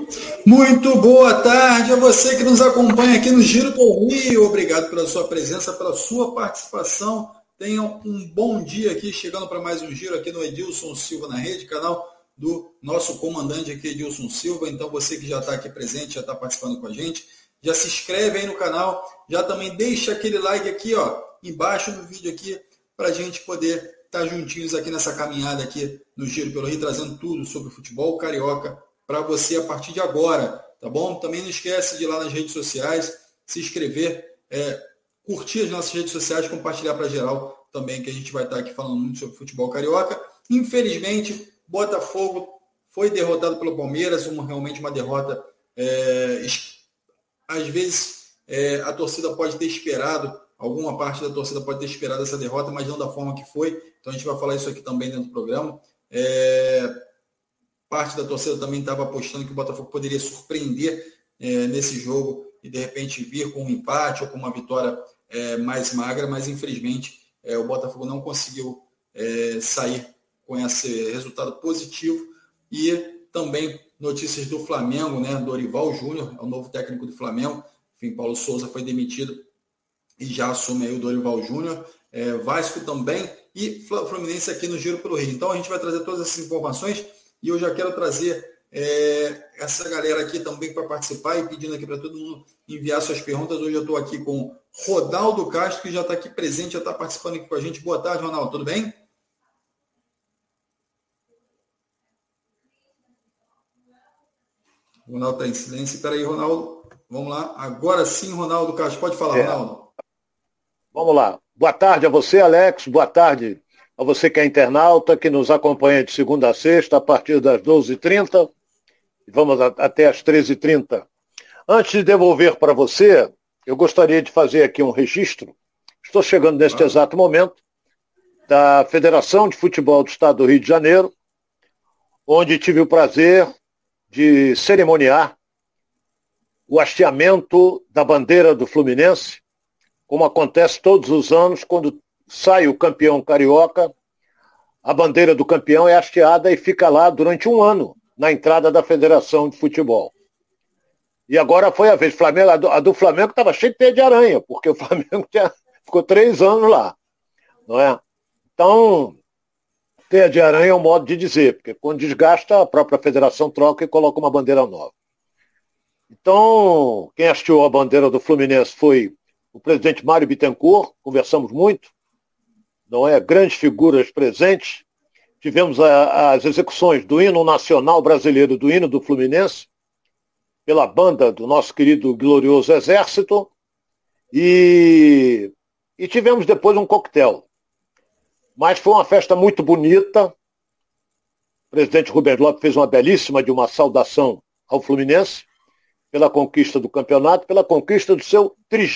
Muito boa tarde a você que nos acompanha aqui no Giro pelo Rio. Obrigado pela sua presença, pela sua participação. Tenham um bom dia aqui, chegando para mais um Giro aqui no Edilson Silva na Rede, canal do nosso comandante aqui, Edilson Silva. Então você que já está aqui presente, já está participando com a gente, já se inscreve aí no canal, já também deixa aquele like aqui, ó, embaixo do vídeo aqui, para a gente poder estar juntinhos aqui nessa caminhada aqui no Giro pelo Rio, trazendo tudo sobre o futebol carioca para você a partir de agora, tá bom? Também não esquece de ir lá nas redes sociais, se inscrever, curtir as nossas redes sociais, compartilhar para geral também, que a gente vai estar aqui falando muito sobre futebol carioca. Infelizmente, Botafogo foi derrotado pelo Palmeiras, realmente uma derrota, às vezes a torcida pode ter esperado, alguma parte da torcida pode ter esperado essa derrota, mas não da forma que foi, então a gente vai falar isso aqui também dentro do programa. Parte da torcida também estava apostando que o Botafogo poderia surpreender nesse jogo e de repente vir com um empate ou com uma vitória mais magra, mas infelizmente o Botafogo não conseguiu sair com esse resultado positivo. E também notícias do Flamengo, né? Dorival Júnior é o novo técnico do Flamengo. Enfim, Paulo Souza foi demitido e já assume aí o Dorival Júnior. Vasco também e Fluminense aqui no Giro pelo Rio. Então a gente vai trazer todas essas informações. E eu já quero trazer essa galera aqui também para participar e pedindo aqui para todo mundo enviar suas perguntas. Hoje eu estou aqui com Ronaldo Castro, que já está aqui presente, já está participando aqui com a gente. Boa tarde, Ronaldo, tudo bem? Ronaldo está em silêncio. Espera aí, Ronaldo. Vamos lá. Agora sim, Ronaldo Castro. Pode falar, Ronaldo. Vamos lá. Boa tarde a você, Alex. Boa tarde a você que é internauta, que nos acompanha de segunda a sexta, a partir das 12h30, vamos até às 13h30. Antes de devolver para você, eu gostaria de fazer aqui um registro. Estou chegando neste exato momento da Federação de Futebol do Estado do Rio de Janeiro, onde tive o prazer de cerimoniar o hasteamento da bandeira do Fluminense, como acontece todos os anos quando sai o campeão carioca, a bandeira do campeão é hasteada e fica lá durante um ano na entrada da Federação de Futebol. E agora foi a vez do Flamengo, a do Flamengo estava cheia de teia de aranha, porque o Flamengo ficou 3 anos lá, não é? Então, teia de aranha é um modo de dizer, porque quando desgasta, a própria federação troca e coloca uma bandeira nova. Então, quem hasteou a bandeira do Fluminense foi o presidente Mário Bittencourt, conversamos muito, não é? Grandes figuras presentes. Tivemos as execuções do hino nacional brasileiro, do hino do Fluminense, pela banda do nosso querido glorioso Exército, e tivemos depois um coquetel. Mas foi uma festa muito bonita. O presidente Rubens Lopes fez uma belíssima de uma saudação ao Fluminense pela conquista do campeonato, pela conquista do seu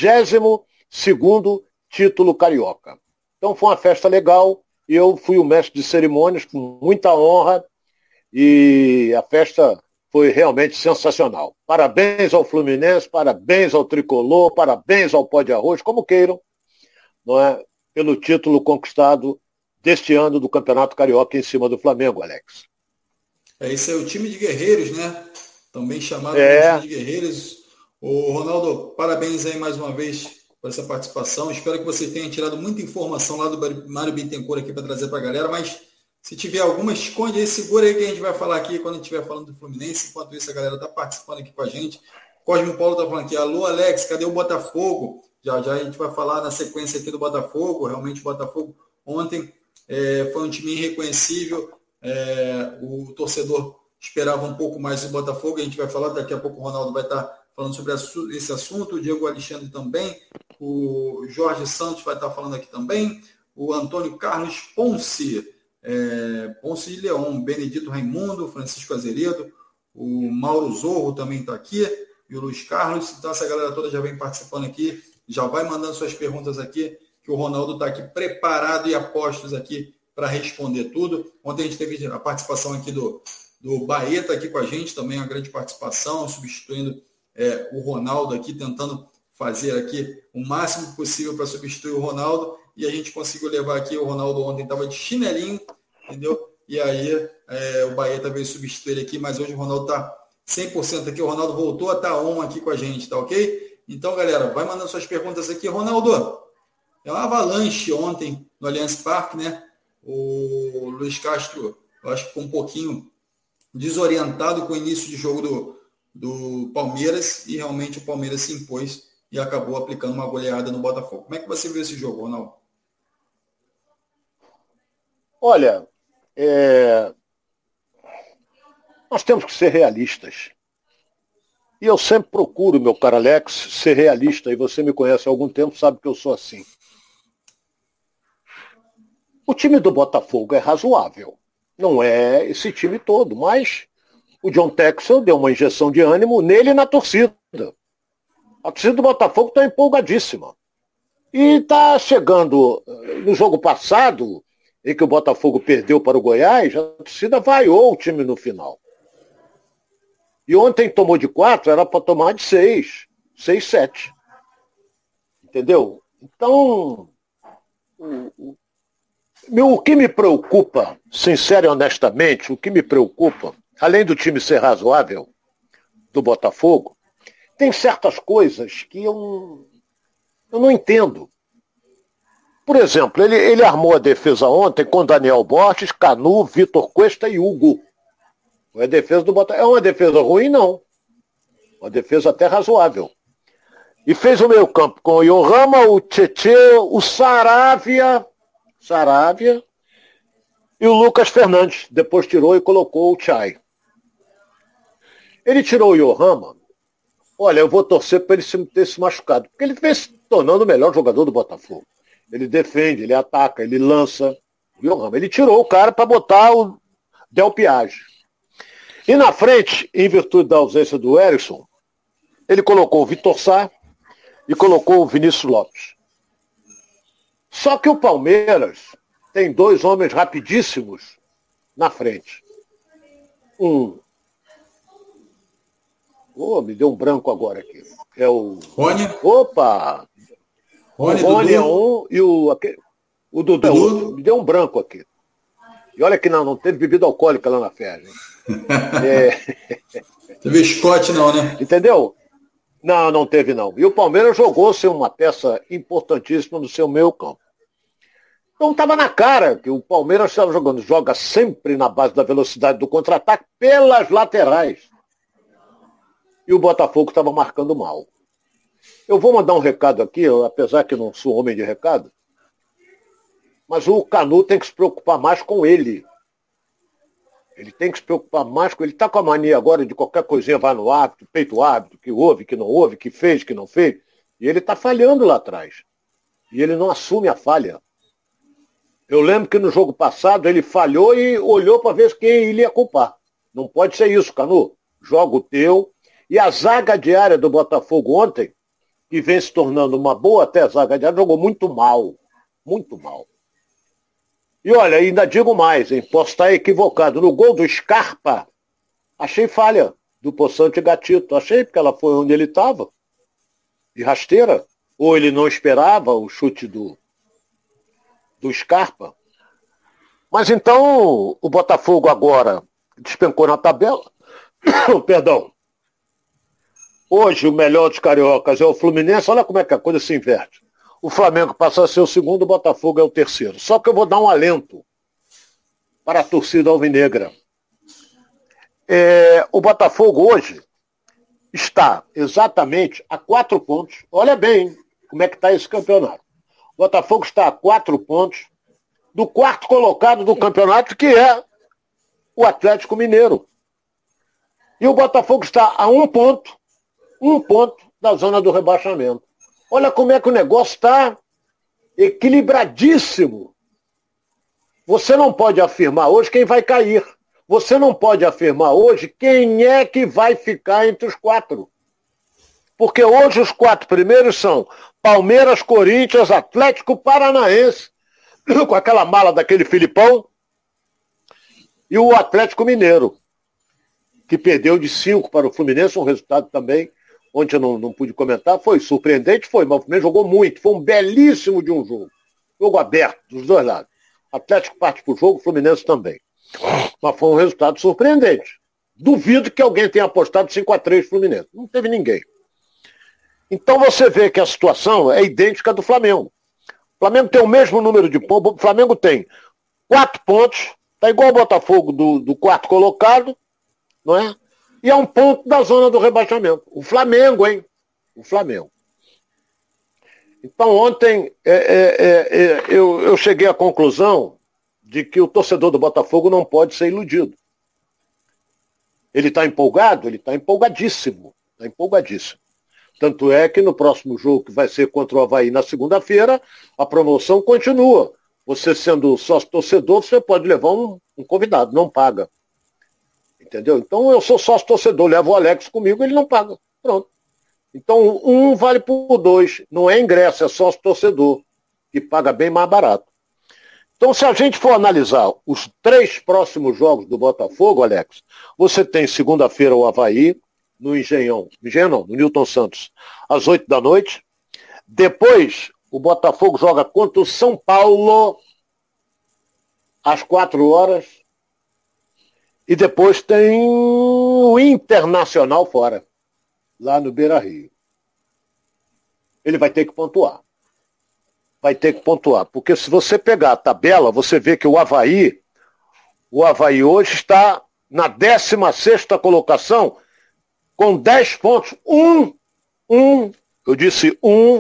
32º título carioca. Então foi uma festa legal, e eu fui o mestre de cerimônias com muita honra, e a festa foi realmente sensacional. Parabéns ao Fluminense, parabéns ao Tricolor, parabéns ao Pó de Arroz, como queiram, não é? Pelo título conquistado deste ano do Campeonato Carioca em cima do Flamengo, Alex. Esse é o time de guerreiros, né? Também chamado de time de guerreiros. Ô, Ronaldo, parabéns aí mais uma vez por essa participação. Espero que você tenha tirado muita informação lá do Mário Bittencourt aqui para trazer para a galera, mas se tiver alguma, esconde aí, segura aí que a gente vai falar aqui quando a gente estiver falando do Fluminense. Enquanto isso, a galera está participando aqui com a gente. Cosmo Paulo está falando aqui, alô Alex, cadê o Botafogo? Já a gente vai falar na sequência aqui do Botafogo. Realmente o Botafogo ontem foi um time irreconhecível. O torcedor esperava um pouco mais do Botafogo. A gente vai falar, daqui a pouco o Ronaldo vai estar falando sobre esse assunto, o Diego Alexandre também, o Jorge Santos vai estar falando aqui também, o Antônio Carlos Ponce, Ponce de Leão, Benedito Raimundo, Francisco Azeredo, o Mauro Zorro também está aqui, e o Luiz Carlos. Então essa galera toda já vem participando aqui, já vai mandando suas perguntas aqui, que o Ronaldo está aqui preparado e a postos aqui para responder tudo. Ontem a gente teve a participação aqui do Baeta aqui com a gente, também uma grande participação, substituindo o Ronaldo aqui, tentando fazer aqui o máximo possível para substituir o Ronaldo, e a gente conseguiu levar aqui, o Ronaldo ontem estava de chinelinho, entendeu? E aí o Baeta veio substituir ele aqui, mas hoje o Ronaldo está 100% aqui. O Ronaldo voltou a estar on aqui com a gente, tá ok? Então, galera, vai mandando suas perguntas aqui. Ronaldo, é uma avalanche ontem no Allianz Parque, né? O Luiz Castro, eu acho que ficou um pouquinho desorientado com o início de jogo do Palmeiras e realmente o Palmeiras se impôs e acabou aplicando uma goleada no Botafogo. Como é que você viu esse jogo, Ronaldo? Olha, nós temos que ser realistas. E eu sempre procuro, meu caro Alex, ser realista, e você me conhece há algum tempo, sabe que eu sou assim. O time do Botafogo é razoável. Não é esse time todo, mas o John Texel deu uma injeção de ânimo nele e na torcida. A torcida do Botafogo está empolgadíssima. E está chegando no jogo passado, em que o Botafogo perdeu para o Goiás, a torcida vaiou o time no final. E ontem tomou de 4, era para tomar de 6, 7. Entendeu? Então, o que me preocupa, sincero e honestamente, o que me preocupa, além do time ser razoável, do Botafogo, tem certas coisas que eu não entendo. Por exemplo, ele armou a defesa ontem com Daniel Borges, Canu, Vitor Cuesta e Hugo. A defesa do Botafogo é uma defesa ruim, não. Uma defesa até razoável. E fez o meio campo com o Yohama, o Tietê, o Saravia e o Lucas Fernandes. Depois tirou e colocou o Chay. Ele tirou o Yohama. Olha, eu vou torcer para ele ter se machucado. Porque ele vem se tornando o melhor jogador do Botafogo. Ele defende, ele ataca, ele lança. O Yohama. Ele tirou o cara para botar o Del Piage. E na frente, em virtude da ausência do Erickson, ele colocou o Vitor Sá e colocou o Vinícius Lopes. Só que o Palmeiras tem 2 homens rapidíssimos na frente. Me deu um branco agora aqui. É o... Rony. Opa! Rony, o Rony Dudu. É um e o Dudu é outro. Me deu um branco aqui. E olha que não teve bebida alcoólica lá na Ferro. Teve Scott não, né? Entendeu? Não teve não. E o Palmeiras jogou sem uma peça importantíssima no seu meio campo. Então estava na cara que o Palmeiras estava joga sempre na base da velocidade do contra-ataque pelas laterais. E o Botafogo estava marcando mal. Eu vou mandar um recado aqui, apesar que não sou homem de recado, mas o Canu tem que se preocupar mais com ele. Ele tem que se preocupar mais com ele. Ele está com a mania agora de qualquer coisinha vai no árbitro, peito o árbitro, que houve, que não houve, que fez, que não fez. E ele está falhando lá atrás. E ele não assume a falha. Eu lembro que no jogo passado ele falhou e olhou para ver quem ele ia culpar. Não pode ser isso, Canu. Joga o teu. E a zaga diária do Botafogo ontem, que vem se tornando uma boa até zaga diária, jogou muito mal. Muito mal. E olha, ainda digo mais, hein? Posso estar equivocado. No gol do Scarpa, achei falha do Poçante Gatito. Achei porque ela foi onde ele estava. De rasteira. Ou ele não esperava o chute do Scarpa. Mas então, o Botafogo agora despencou na tabela. Perdão. Hoje o melhor dos cariocas é o Fluminense. Olha como é que a coisa se inverte. O Flamengo passa a ser o segundo, o Botafogo é o terceiro. Só que eu vou dar um alento para a torcida alvinegra. O Botafogo hoje está exatamente a 4 pontos. Olha bem como é que está esse campeonato. O Botafogo está a 4 pontos do 4º colocado do campeonato, que é o Atlético Mineiro. E o Botafogo está a 1 ponto da zona do rebaixamento. Olha como é que o negócio está equilibradíssimo. Você não pode afirmar hoje quem vai cair. Você não pode afirmar hoje quem é que vai ficar entre os 4. Porque hoje os 4 primeiros são Palmeiras, Corinthians, Atlético Paranaense, com aquela mala daquele Filipão, e o Atlético Mineiro, que perdeu de 5 para o Fluminense, um resultado também. Ontem eu não pude comentar, foi surpreendente, mas o Fluminense jogou muito, foi um belíssimo de um jogo. Jogo aberto, dos dois lados. Atlético parte para o jogo, o Fluminense também. Mas foi um resultado surpreendente. Duvido que alguém tenha apostado 5-3 Fluminense. Não teve ninguém. Então você vê que a situação é idêntica à do Flamengo. O Flamengo tem o mesmo número de pontos. O Flamengo tem 4 pontos. Está igual ao Botafogo do quarto colocado, não é? E é um ponto da zona do rebaixamento. O Flamengo, hein? O Flamengo. Então ontem eu cheguei à conclusão de que o torcedor do Botafogo não pode ser iludido. Ele está empolgado? Ele está empolgadíssimo. Está empolgadíssimo. Tanto é que no próximo jogo, que vai ser contra o Avaí na segunda-feira, a promoção continua. Você sendo sócio-torcedor, você pode levar um convidado, não paga. Entendeu? Então eu sou sócio-torcedor, levo o Alex comigo, ele não paga. Pronto. Então um vale por 2. Não é ingresso, é sócio-torcedor, que paga bem mais barato. Então se a gente for analisar os 3 próximos jogos do Botafogo, Alex, você tem segunda-feira o Avaí, no Engenhão não, no Newton Santos, às 8 da noite. Depois, o Botafogo joga contra o São Paulo, às 4 horas. E depois tem o Internacional fora, lá no Beira-Rio. Ele vai ter que pontuar. Vai ter que pontuar. Porque se você pegar a tabela, você vê que o Avaí hoje está na 16ª colocação, com 10 pontos. Eu disse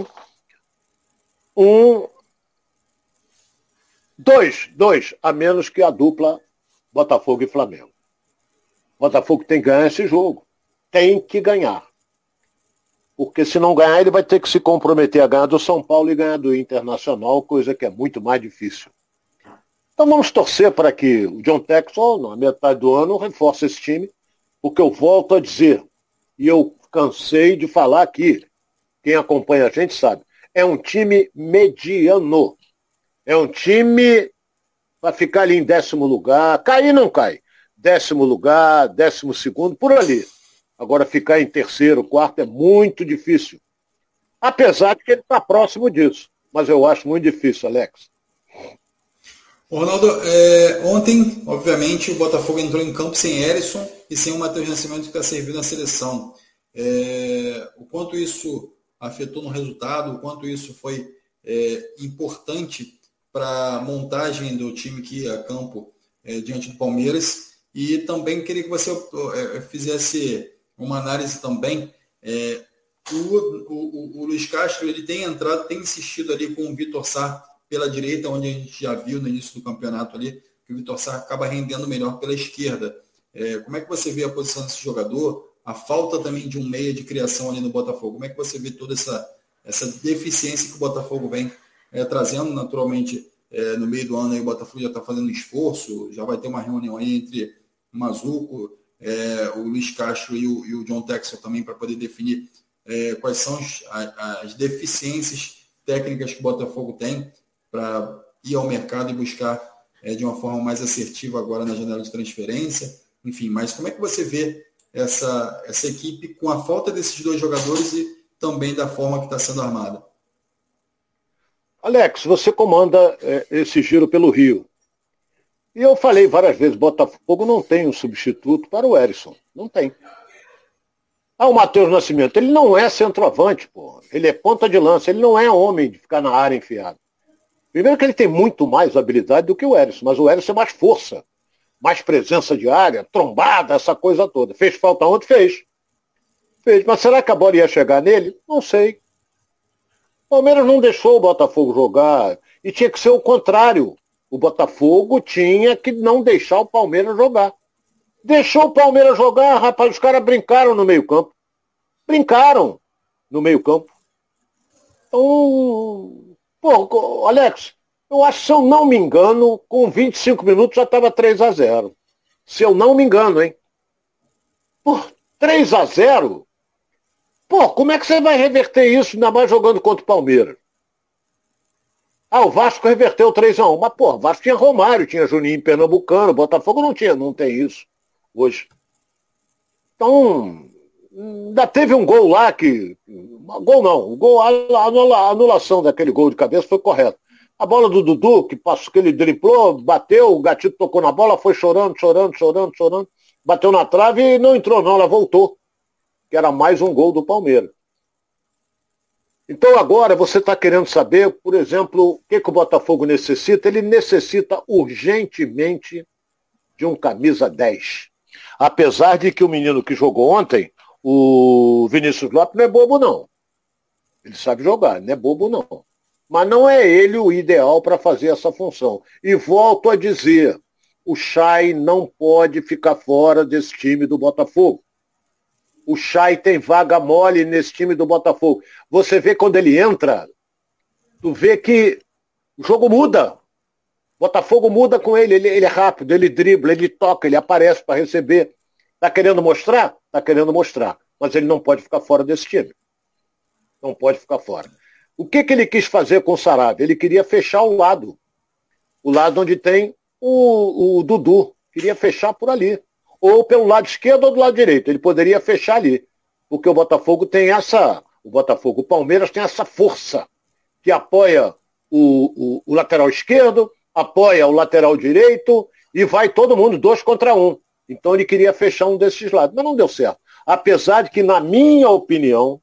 2 a menos que a dupla Botafogo e Flamengo. Botafogo tem que ganhar esse jogo. Tem que ganhar. Porque se não ganhar, ele vai ter que se comprometer a ganhar do São Paulo e ganhar do Internacional, coisa que é muito mais difícil. Então vamos torcer para que o John Textor, na metade do ano, reforce esse time, porque eu volto a dizer, e eu cansei de falar aqui, quem acompanha a gente sabe, é um time mediano. É um time para ficar ali em 10º lugar, cair não cai. 10º lugar, 12º, por ali. Agora ficar em 3º, 4º é muito difícil. Apesar de que ele está próximo disso. Mas eu acho muito difícil, Alex. Ronaldo, ontem, obviamente, o Botafogo entrou em campo sem Herisson e sem o Matheus Nascimento que está servindo na seleção. O quanto isso afetou no resultado, o quanto isso foi importante para a montagem do time que ia a campo diante do Palmeiras. E também queria que você fizesse uma análise também. O Luiz Castro, ele tem entrado, tem insistido ali com o Vitor Sá pela direita, onde a gente já viu no início do campeonato ali, que o Vitor Sá acaba rendendo melhor pela esquerda. Como é que você vê a posição desse jogador? A falta também de um meia de criação ali no Botafogo. Como é que você vê toda essa deficiência que o Botafogo vem trazendo naturalmente no meio do ano? Aí o Botafogo já está fazendo um esforço, já vai ter uma reunião aí entre o Mazuco, o Luiz Castro e o John Textor também para poder definir quais são as deficiências técnicas que o Botafogo tem para ir ao mercado e buscar de uma forma mais assertiva agora na janela de transferência. Enfim, mas como é que você vê essa equipe com a falta desses 2 jogadores e também da forma que está sendo armada? Alex, você comanda esse giro pelo Rio. E eu falei várias vezes, Botafogo não tem um substituto para o Herisson. Não tem. O Matheus Nascimento, ele não é centroavante, pô. Ele é ponta de lança, ele não é homem de ficar na área enfiado. Primeiro que ele tem muito mais habilidade do que o Herisson, mas o Herisson é mais força, mais presença de área, trombada, essa coisa toda. Fez falta ontem? Fez. Mas será que a bola ia chegar nele? Não sei. O Palmeiras não deixou o Botafogo jogar. E tinha que ser o contrário. O Botafogo tinha que não deixar o Palmeiras jogar. Deixou o Palmeiras jogar, rapaz, os caras brincaram no meio-campo. Brincaram no meio-campo. Então, pô, Alex, eu acho que, se eu não me engano, com 25 minutos já estava 3-0. Se eu não me engano, hein? Por 3-0? Pô, como é que você vai reverter isso, ainda mais jogando contra o Palmeiras? O Vasco reverteu 3-1. Mas, pô, o Vasco tinha Romário, tinha Juninho Pernambucano, Botafogo não tem isso hoje. Então, ainda teve um gol lá que... Gol não, a anulação daquele gol de cabeça foi correta. A bola do Dudu, que ele driblou, bateu, o Gatito tocou na bola, foi chorando. bateu na trave e não entrou não, ela voltou. Que era mais um gol do Palmeiras. Então agora você está querendo saber, por exemplo, o que o Botafogo necessita? Ele necessita urgentemente de um camisa 10. Apesar de que o menino que jogou ontem, o Vinícius Lopes, não é bobo não. Ele sabe jogar, não é bobo não. Mas não é ele o ideal para fazer essa função. E volto a dizer, o Chay não pode ficar fora desse time do Botafogo. O Chay tem vaga mole nesse time do Botafogo. Você vê quando ele entra, tu vê que o jogo muda. O Botafogo muda com ele. Ele é rápido, ele dribla, ele toca, ele aparece para receber. Tá querendo mostrar? Tá querendo mostrar. Mas ele não pode ficar fora desse time. Não pode ficar fora. O que ele quis fazer com o Sarabia? Ele queria fechar o lado onde tem o Dudu. Queria fechar por ali. Ou pelo lado esquerdo ou do lado direito. Ele poderia fechar ali. Porque o Botafogo tem o Palmeiras tem essa força que apoia o lateral esquerdo, apoia o lateral direito e vai todo mundo 2 contra 1. Então ele queria fechar um desses lados. Mas não deu certo. Apesar de que, na minha opinião,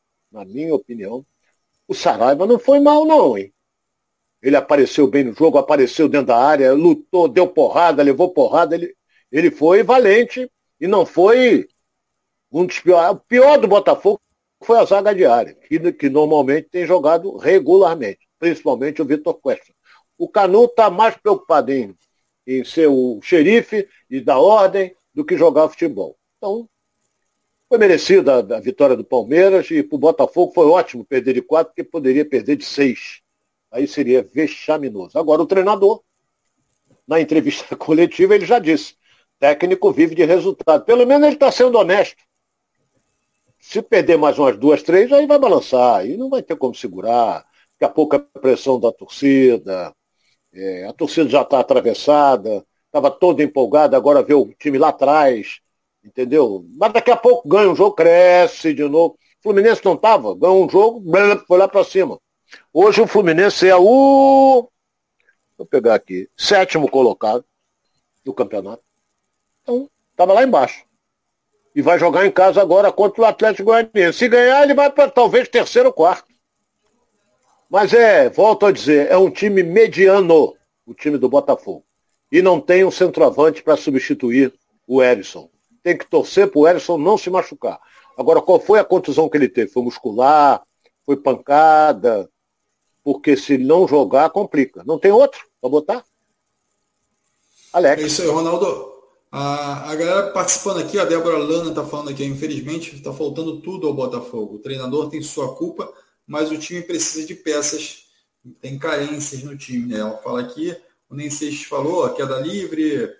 o Saraiva não foi mal não, hein? Ele apareceu bem no jogo, apareceu dentro da área, lutou, deu porrada, levou porrada, ele foi valente e não foi um dos piores. O pior do Botafogo foi a zaga de área, que normalmente tem jogado regularmente, principalmente o Vitor Cuesta. O Canu está mais preocupado em ser o xerife e dar ordem do que jogar futebol. Então, foi merecida a vitória do Palmeiras e para o Botafogo foi ótimo perder de 4, porque poderia perder de 6. Aí seria vexaminoso. Agora, o treinador, na entrevista coletiva, ele já disse, técnico vive de resultado. Pelo menos ele está sendo honesto. Se perder mais umas 2, 3, aí vai balançar, aí não vai ter como segurar. Daqui a pouco a pressão da torcida, a torcida já está atravessada, estava toda empolgada, agora vê o time lá atrás, entendeu? Mas daqui a pouco ganha um jogo, cresce de novo. O Fluminense não estava, ganhou um jogo, foi lá para cima. Hoje o Fluminense é vou pegar aqui, 7º colocado do campeonato. Então, estava lá embaixo. E vai jogar em casa agora contra o Atlético Goianiense. Se ganhar, ele vai para talvez 3º ou 4º. Mas volto a dizer, é um time mediano, o time do Botafogo. E não tem um centroavante para substituir o Erisson. Tem que torcer para o Erisson não se machucar. Agora, qual foi a contusão que ele teve? Foi muscular? Foi pancada? Porque se não jogar, complica. Não tem outro para botar? Alex. É isso aí, Ronaldo. A galera participando aqui, a Débora Lana está falando aqui, infelizmente está faltando tudo ao Botafogo. O treinador tem sua culpa, mas o time precisa de peças, tem carências no time. Né? Ela fala aqui, o Nenses falou, a queda livre,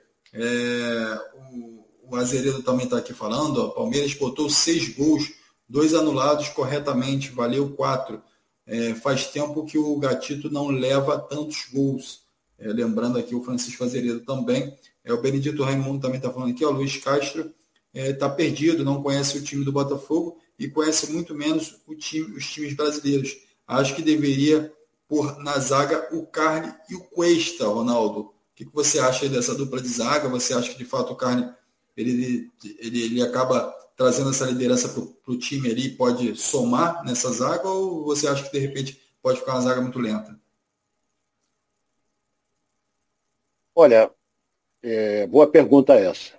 o Azeredo também está aqui falando, o Palmeiras botou 6 gols, 2 anulados corretamente, valeu 4. Faz tempo que o Gatito não leva tantos gols. Lembrando aqui o Francisco Azeredo também. O Benedito Raimundo também está falando aqui, o Luiz Castro está perdido, não conhece o time do Botafogo e conhece muito menos os times brasileiros. Acho que deveria pôr na zaga o Carne e o Cuesta, Ronaldo. O que você acha dessa dupla de zaga? Você acha que de fato o Carne ele acaba trazendo essa liderança para o time ali, pode somar nessa zaga, ou você acha que de repente pode ficar uma zaga muito lenta? Olha, boa pergunta essa.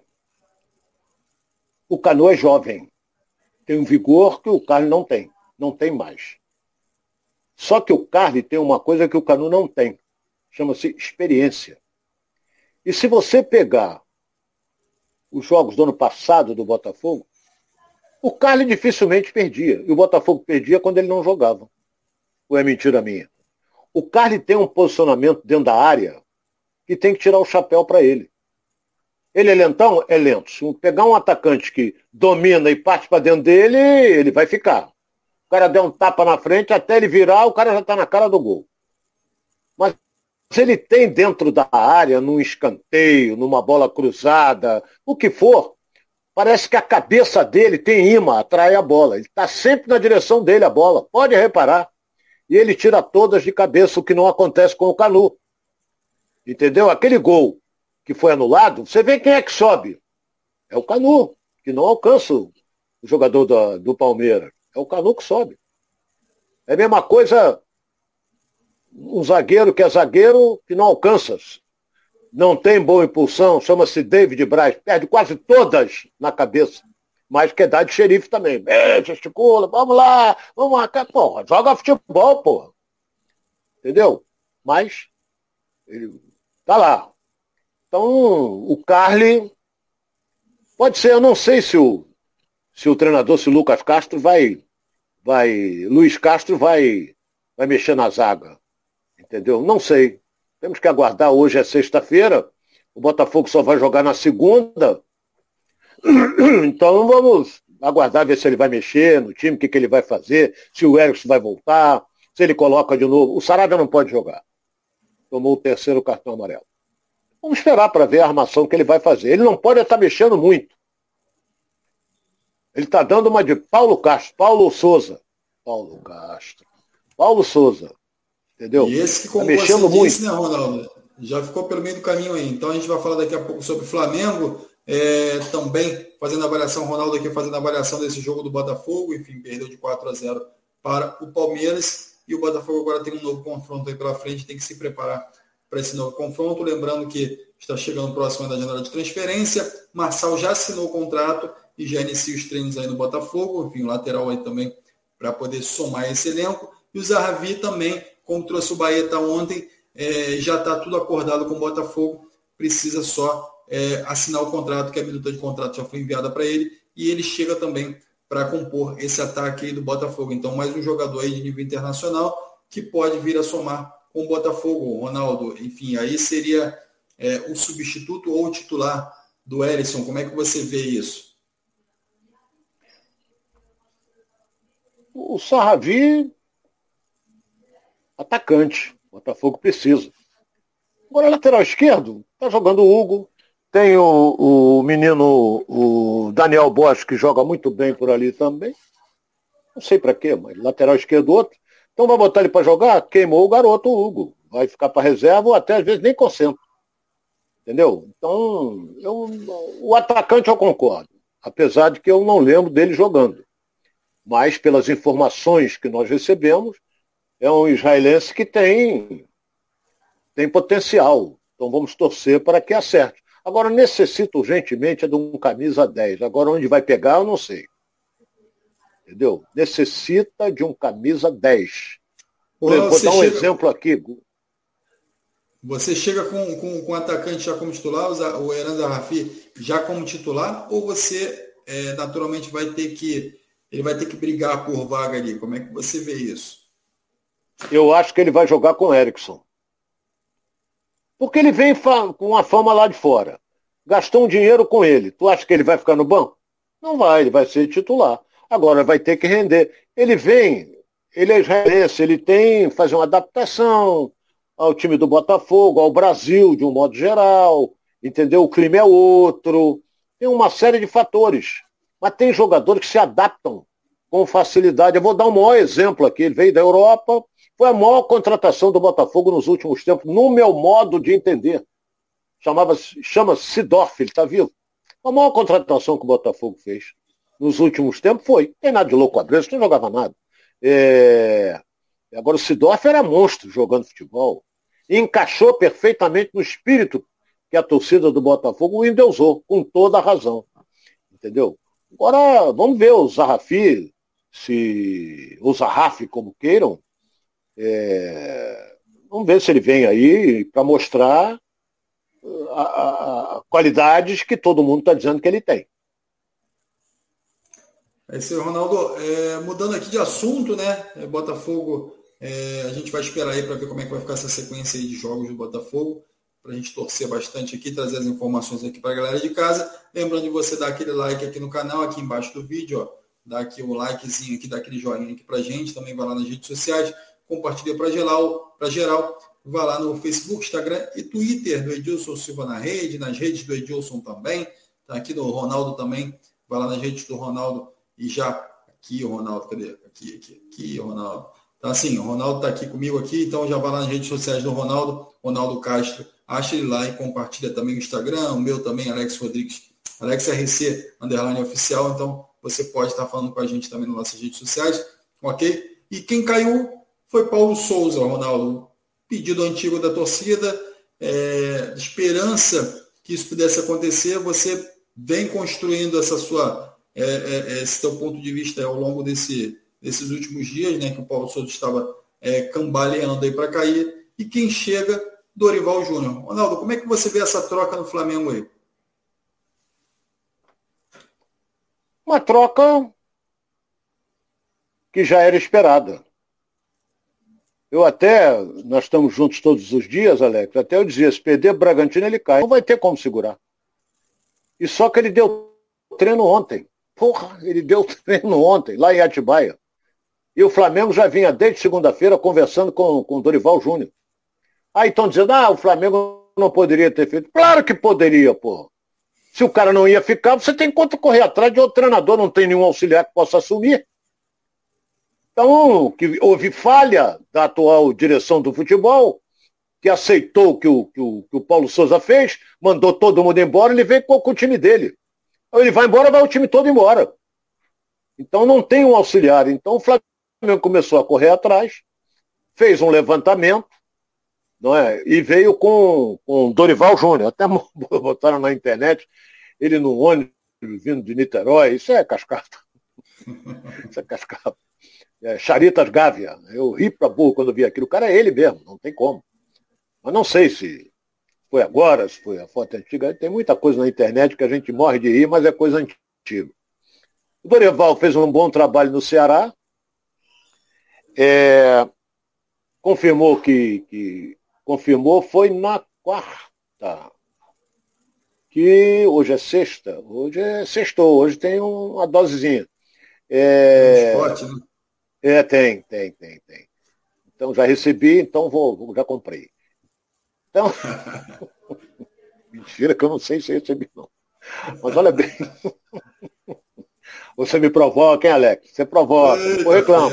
O Canu é jovem, tem um vigor que o Carne não tem mais. Só que o Carne tem uma coisa que o Canu não tem, chama-se experiência. E se você pegar os jogos do ano passado do Botafogo, o Carne dificilmente perdia, e o Botafogo perdia quando ele não jogava. Ou é mentira minha? O Carne tem um posicionamento dentro da área que tem que tirar o chapéu para ele. Ele é lentão? É lento. Se pegar um atacante que domina e parte para dentro dele, ele vai ficar. O cara der um tapa na frente, até ele virar, o cara já está na cara do gol. Mas ele tem dentro da área, num escanteio, numa bola cruzada, o que for, parece que a cabeça dele tem imã, atrai a bola. Ele está sempre na direção dele a bola, pode reparar. E ele tira todas de cabeça, o que não acontece com o Canu. Entendeu? Aquele gol que foi anulado, você vê quem é que sobe. É o Canu, que não alcança o jogador do Palmeiras. É o Canu que sobe. É a mesma coisa um zagueiro que é zagueiro que não alcança. Não tem boa impulsão, chama-se David Braz, perde quase todas na cabeça. Mas quer dar de xerife também. Gesticula, vamos lá, porra, joga futebol, porra. Entendeu? Mas ele tá lá. Então, o Carly, pode ser, eu não sei se o treinador, se o Lucas Castro Luiz Castro vai mexer na zaga. Entendeu? Não sei. Temos que aguardar. Hoje é sexta-feira, o Botafogo só vai jogar na segunda. Então vamos aguardar ver se ele vai mexer no time, o que ele vai fazer, se o Erickson vai voltar, se ele coloca de novo. O Saravia não pode jogar. Tomou o terceiro cartão amarelo. Vamos esperar para ver a armação que ele vai fazer. Ele não pode estar mexendo muito. Ele está dando uma de Paulo Souza. Entendeu? E esse que, como tá mexendo você disse, muito. né, Ronaldo? Já ficou pelo meio do caminho aí. Então a gente vai falar daqui a pouco sobre o Flamengo. Também fazendo avaliação, Ronaldo aqui fazendo avaliação desse jogo do Botafogo. Enfim, perdeu de 4-0 para o Palmeiras. E o Botafogo agora tem um novo confronto aí pela frente. Tem que se preparar para esse novo confronto. Lembrando que está chegando próximo da janela de transferência. Marçal já assinou o contrato e já inicia os treinos aí no Botafogo. Enfim, o lateral aí também para poder somar esse elenco. E o Zahavi também, como trouxe o Baeta ontem, já está tudo acordado com o Botafogo. Precisa só assinar o contrato, que a minuta de contrato já foi enviada para ele. E ele chega também para compor esse ataque aí do Botafogo. Então, mais um jogador aí de nível internacional que pode vir a somar com o Botafogo, Ronaldo. Enfim, aí seria o substituto ou o titular do Erisson. Como é que você vê isso? O Zahavi, atacante. O Botafogo precisa. Agora, lateral esquerdo, tá jogando o Hugo. Tem o menino, o Daniel Bosch, que joga muito bem por ali também. Não sei para quê, mas lateral esquerdo outro. Então vai botar ele para jogar, queimou o garoto, o Hugo. Vai ficar para reserva ou até às vezes nem concentra. Entendeu? Então, o atacante eu concordo. Apesar de que eu não lembro dele jogando. Mas pelas informações que nós recebemos, é um israelense que tem potencial. Então vamos torcer para que acerte. Agora necessita urgentemente de um camisa 10. Agora onde vai pegar, eu não sei. Entendeu? Necessita de um camisa 10. Vou dar um exemplo aqui. Você chega com o atacante já como titular, o Eran Zahavi já como titular, ou você naturalmente ele vai ter que brigar por vaga ali? Como é que você vê isso? Eu acho que ele vai jogar com o Erickson. Porque ele vem com a fama lá de fora. Gastou um dinheiro com ele. Tu acha que ele vai ficar no banco? Não vai, ele vai ser titular. Agora vai ter que render. Ele é israelense, ele tem que fazer uma adaptação ao time do Botafogo, ao Brasil, de um modo geral. Entendeu? O clima é outro. Tem uma série de fatores. Mas tem jogadores que se adaptam com facilidade. Eu vou dar um maior exemplo aqui. Ele veio da Europa. Foi a maior contratação do Botafogo nos últimos tempos, no meu modo de entender. Chama-se Sidorf, ele está vivo. A maior contratação que o Botafogo fez nos últimos tempos foi. Não tem nada de louco Abreso, não jogava nada. Agora o Sidorf era monstro jogando futebol. E encaixou perfeitamente no espírito que a torcida do Botafogo o endeusou, com toda a razão. Entendeu? Agora, vamos ver o Zahavi, o Zahavi, como queiram. Vamos ver se ele vem aí para mostrar qualidades que todo mundo está dizendo que ele tem. É isso aí, Ronaldo. Mudando aqui de assunto, né? Botafogo, a gente vai esperar aí para ver como é que vai ficar essa sequência aí de jogos do Botafogo, para a gente torcer bastante aqui, trazer as informações aqui para a galera de casa. Lembrando de você dar aquele like aqui no canal, aqui embaixo do vídeo, ó. Dá aqui um likezinho aqui, dá aquele joinha aqui para a gente, também vai lá nas redes sociais. Compartilha para geral, vá lá no Facebook, Instagram e Twitter do Edilson Silva na rede, nas redes do Edilson também, tá aqui do Ronaldo também, vai lá nas redes do Ronaldo e já, aqui o Ronaldo, cadê? Aqui o Ronaldo. Então assim, o Ronaldo tá aqui comigo aqui, então já vai lá nas redes sociais do Ronaldo Castro, acha ele lá e compartilha também o Instagram, o meu também, Alex Rodrigues AlexRC _oficial, então você pode estar falando com a gente também nas nossas redes sociais, ok? E quem caiu foi Paulo Souza, Ronaldo. Pedido antigo da torcida, esperança que isso pudesse acontecer, você vem construindo esse teu ponto de vista ao longo desses últimos dias, né, que o Paulo Souza estava cambaleando aí para cair, e quem chega, Dorival Júnior. Ronaldo, como é que você vê essa troca no Flamengo aí? Uma troca que já era esperada. Nós estamos juntos todos os dias, Alex, até eu dizia, se perder o Bragantino, ele cai. Não vai ter como segurar. E só que ele deu treino ontem. Porra, ele deu treino ontem, lá em Atibaia. E o Flamengo já vinha desde segunda-feira conversando com o Dorival Júnior. Aí estão dizendo, o Flamengo não poderia ter feito. Claro que poderia, porra. Se o cara não ia ficar, você tem que correr atrás de outro treinador, não tem nenhum auxiliar que possa assumir. Então, que houve falha da atual direção do futebol, que aceitou o que o Paulo Souza fez, mandou todo mundo embora, ele veio com o time dele. Então, ele vai embora, vai o time todo embora. Então não tem um auxiliar. Então o Flamengo começou a correr atrás, fez um levantamento, não é? E veio com Dorival Júnior. Até botaram na internet, ele no ônibus vindo de Niterói. Isso é cascata. Isso é cascata. Charitas Gávea. Eu ri pra burro quando vi aquilo. O cara é ele mesmo, não tem como. Mas não sei se foi agora, se foi a foto antiga. Tem muita coisa na internet que a gente morre de rir, mas é coisa antiga. O Dorival fez um bom trabalho no Ceará. Confirmou confirmou, foi na quarta. Que hoje é sexta. Hoje é sextou, hoje tem uma dosezinha. Esporte, né? Tem. Então já recebi, então já comprei. Então, mentira que eu não sei se recebi não. Mas olha bem. Você me provoca, hein, Alex? Você provoca, eu reclamo.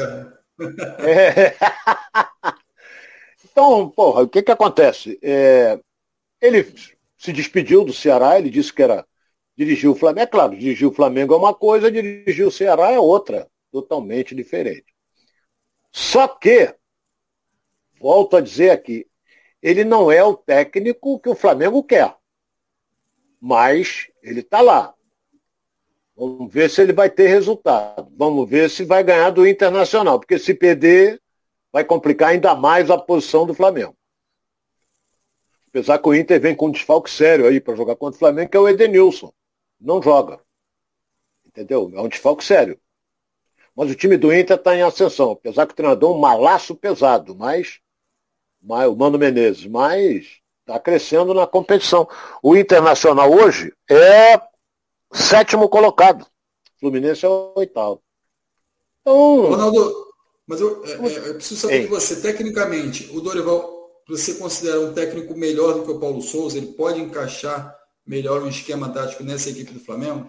Então, porra, o que acontece? Ele se despediu do Ceará, ele disse que era dirigir o Flamengo. É claro, dirigir o Flamengo é uma coisa, dirigir o Ceará é outra, totalmente diferente. Só que, volto a dizer aqui, ele não é o técnico que o Flamengo quer. Mas ele está lá. Vamos ver se ele vai ter resultado. Vamos ver se vai ganhar do Internacional. Porque se perder, vai complicar ainda mais a posição do Flamengo. Apesar que o Inter vem com um desfalque sério aí para jogar contra o Flamengo, que é o Edenilson. Não joga. Entendeu? É um desfalque sério. Mas o time do Inter está em ascensão. Apesar que o treinador é um malaço pesado. Mas o Mano Menezes. Mas está crescendo na competição. O Internacional hoje é 7º colocado. O Fluminense é o 8º. Então, Ronaldo, mas eu preciso saber de você, tecnicamente, o Dorival, você considera um técnico melhor do que o Paulo Souza? Ele pode encaixar melhor um esquema tático nessa equipe do Flamengo?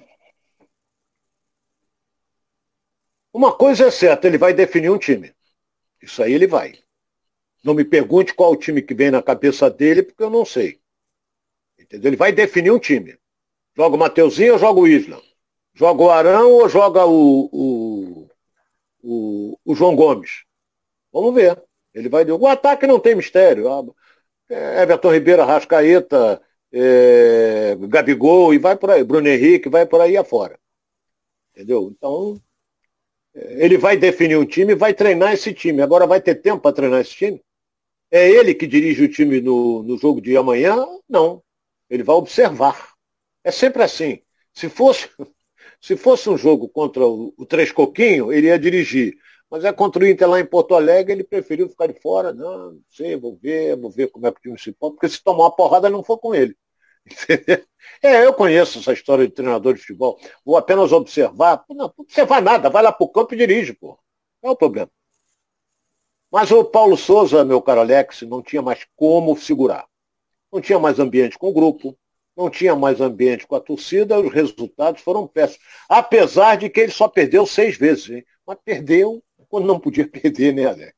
Uma coisa é certa, ele vai definir um time. Isso aí ele vai. Não me pergunte qual o time que vem na cabeça dele, porque eu não sei. Entendeu? Ele vai definir um time. Joga o Mateuzinho ou joga o Isla? Joga o Arão ou joga o João Gomes? Vamos ver. Ele vai dizer, o ataque não tem mistério. Everton Ribeiro, Arrascaeta, Gabigol e vai por aí. Bruno Henrique vai por aí afora. Entendeu? Então, ele vai definir um time e vai treinar esse time. Agora vai ter tempo para treinar esse time? É ele que dirige o time no jogo de amanhã? Não. Ele vai observar. É sempre assim. Se fosse um jogo contra o Três Coquinho, ele ia dirigir. Mas é contra o Inter lá em Porto Alegre, ele preferiu ficar de fora. Não sei, vou ver como é que o time se põe, porque se tomar uma porrada não for com ele. Eu conheço essa história de treinador de futebol. Vou apenas observar. Não observar nada, vai lá pro campo e dirige, pô. Não é o problema. Mas o Paulo Souza, meu caro Alex, não tinha mais como segurar. Não tinha mais ambiente com o grupo, não tinha mais ambiente com a torcida, os resultados foram péssimos. Apesar de que ele só perdeu 6 vezes, hein? Mas perdeu quando não podia perder, né, Alex?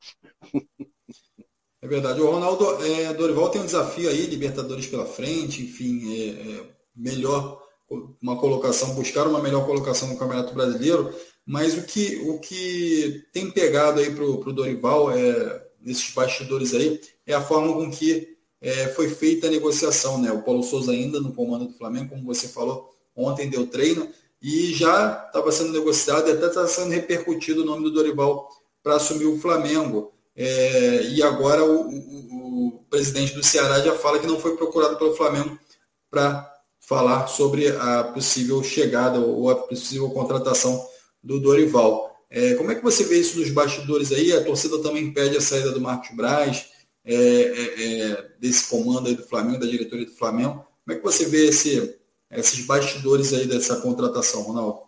É verdade. O Ronaldo, Dorival tem um desafio aí, Libertadores pela frente, enfim, melhor uma colocação, buscar uma melhor colocação no Campeonato Brasileiro, mas o que tem pegado aí para o Dorival, nesses bastidores aí, é a forma com que foi feita a negociação, né? O Paulo Souza ainda no comando do Flamengo, como você falou, ontem deu treino, e já estava sendo negociado e até está sendo repercutido o nome do Dorival para assumir o Flamengo. E agora o presidente do Ceará já fala que não foi procurado pelo Flamengo para falar sobre a possível chegada ou a possível contratação do Dorival. Como é que você vê isso nos bastidores aí? A torcida também pede a saída do Marcos Braz, desse comando aí do Flamengo, da diretoria do Flamengo. Como é que você vê esses bastidores aí dessa contratação, Ronaldo?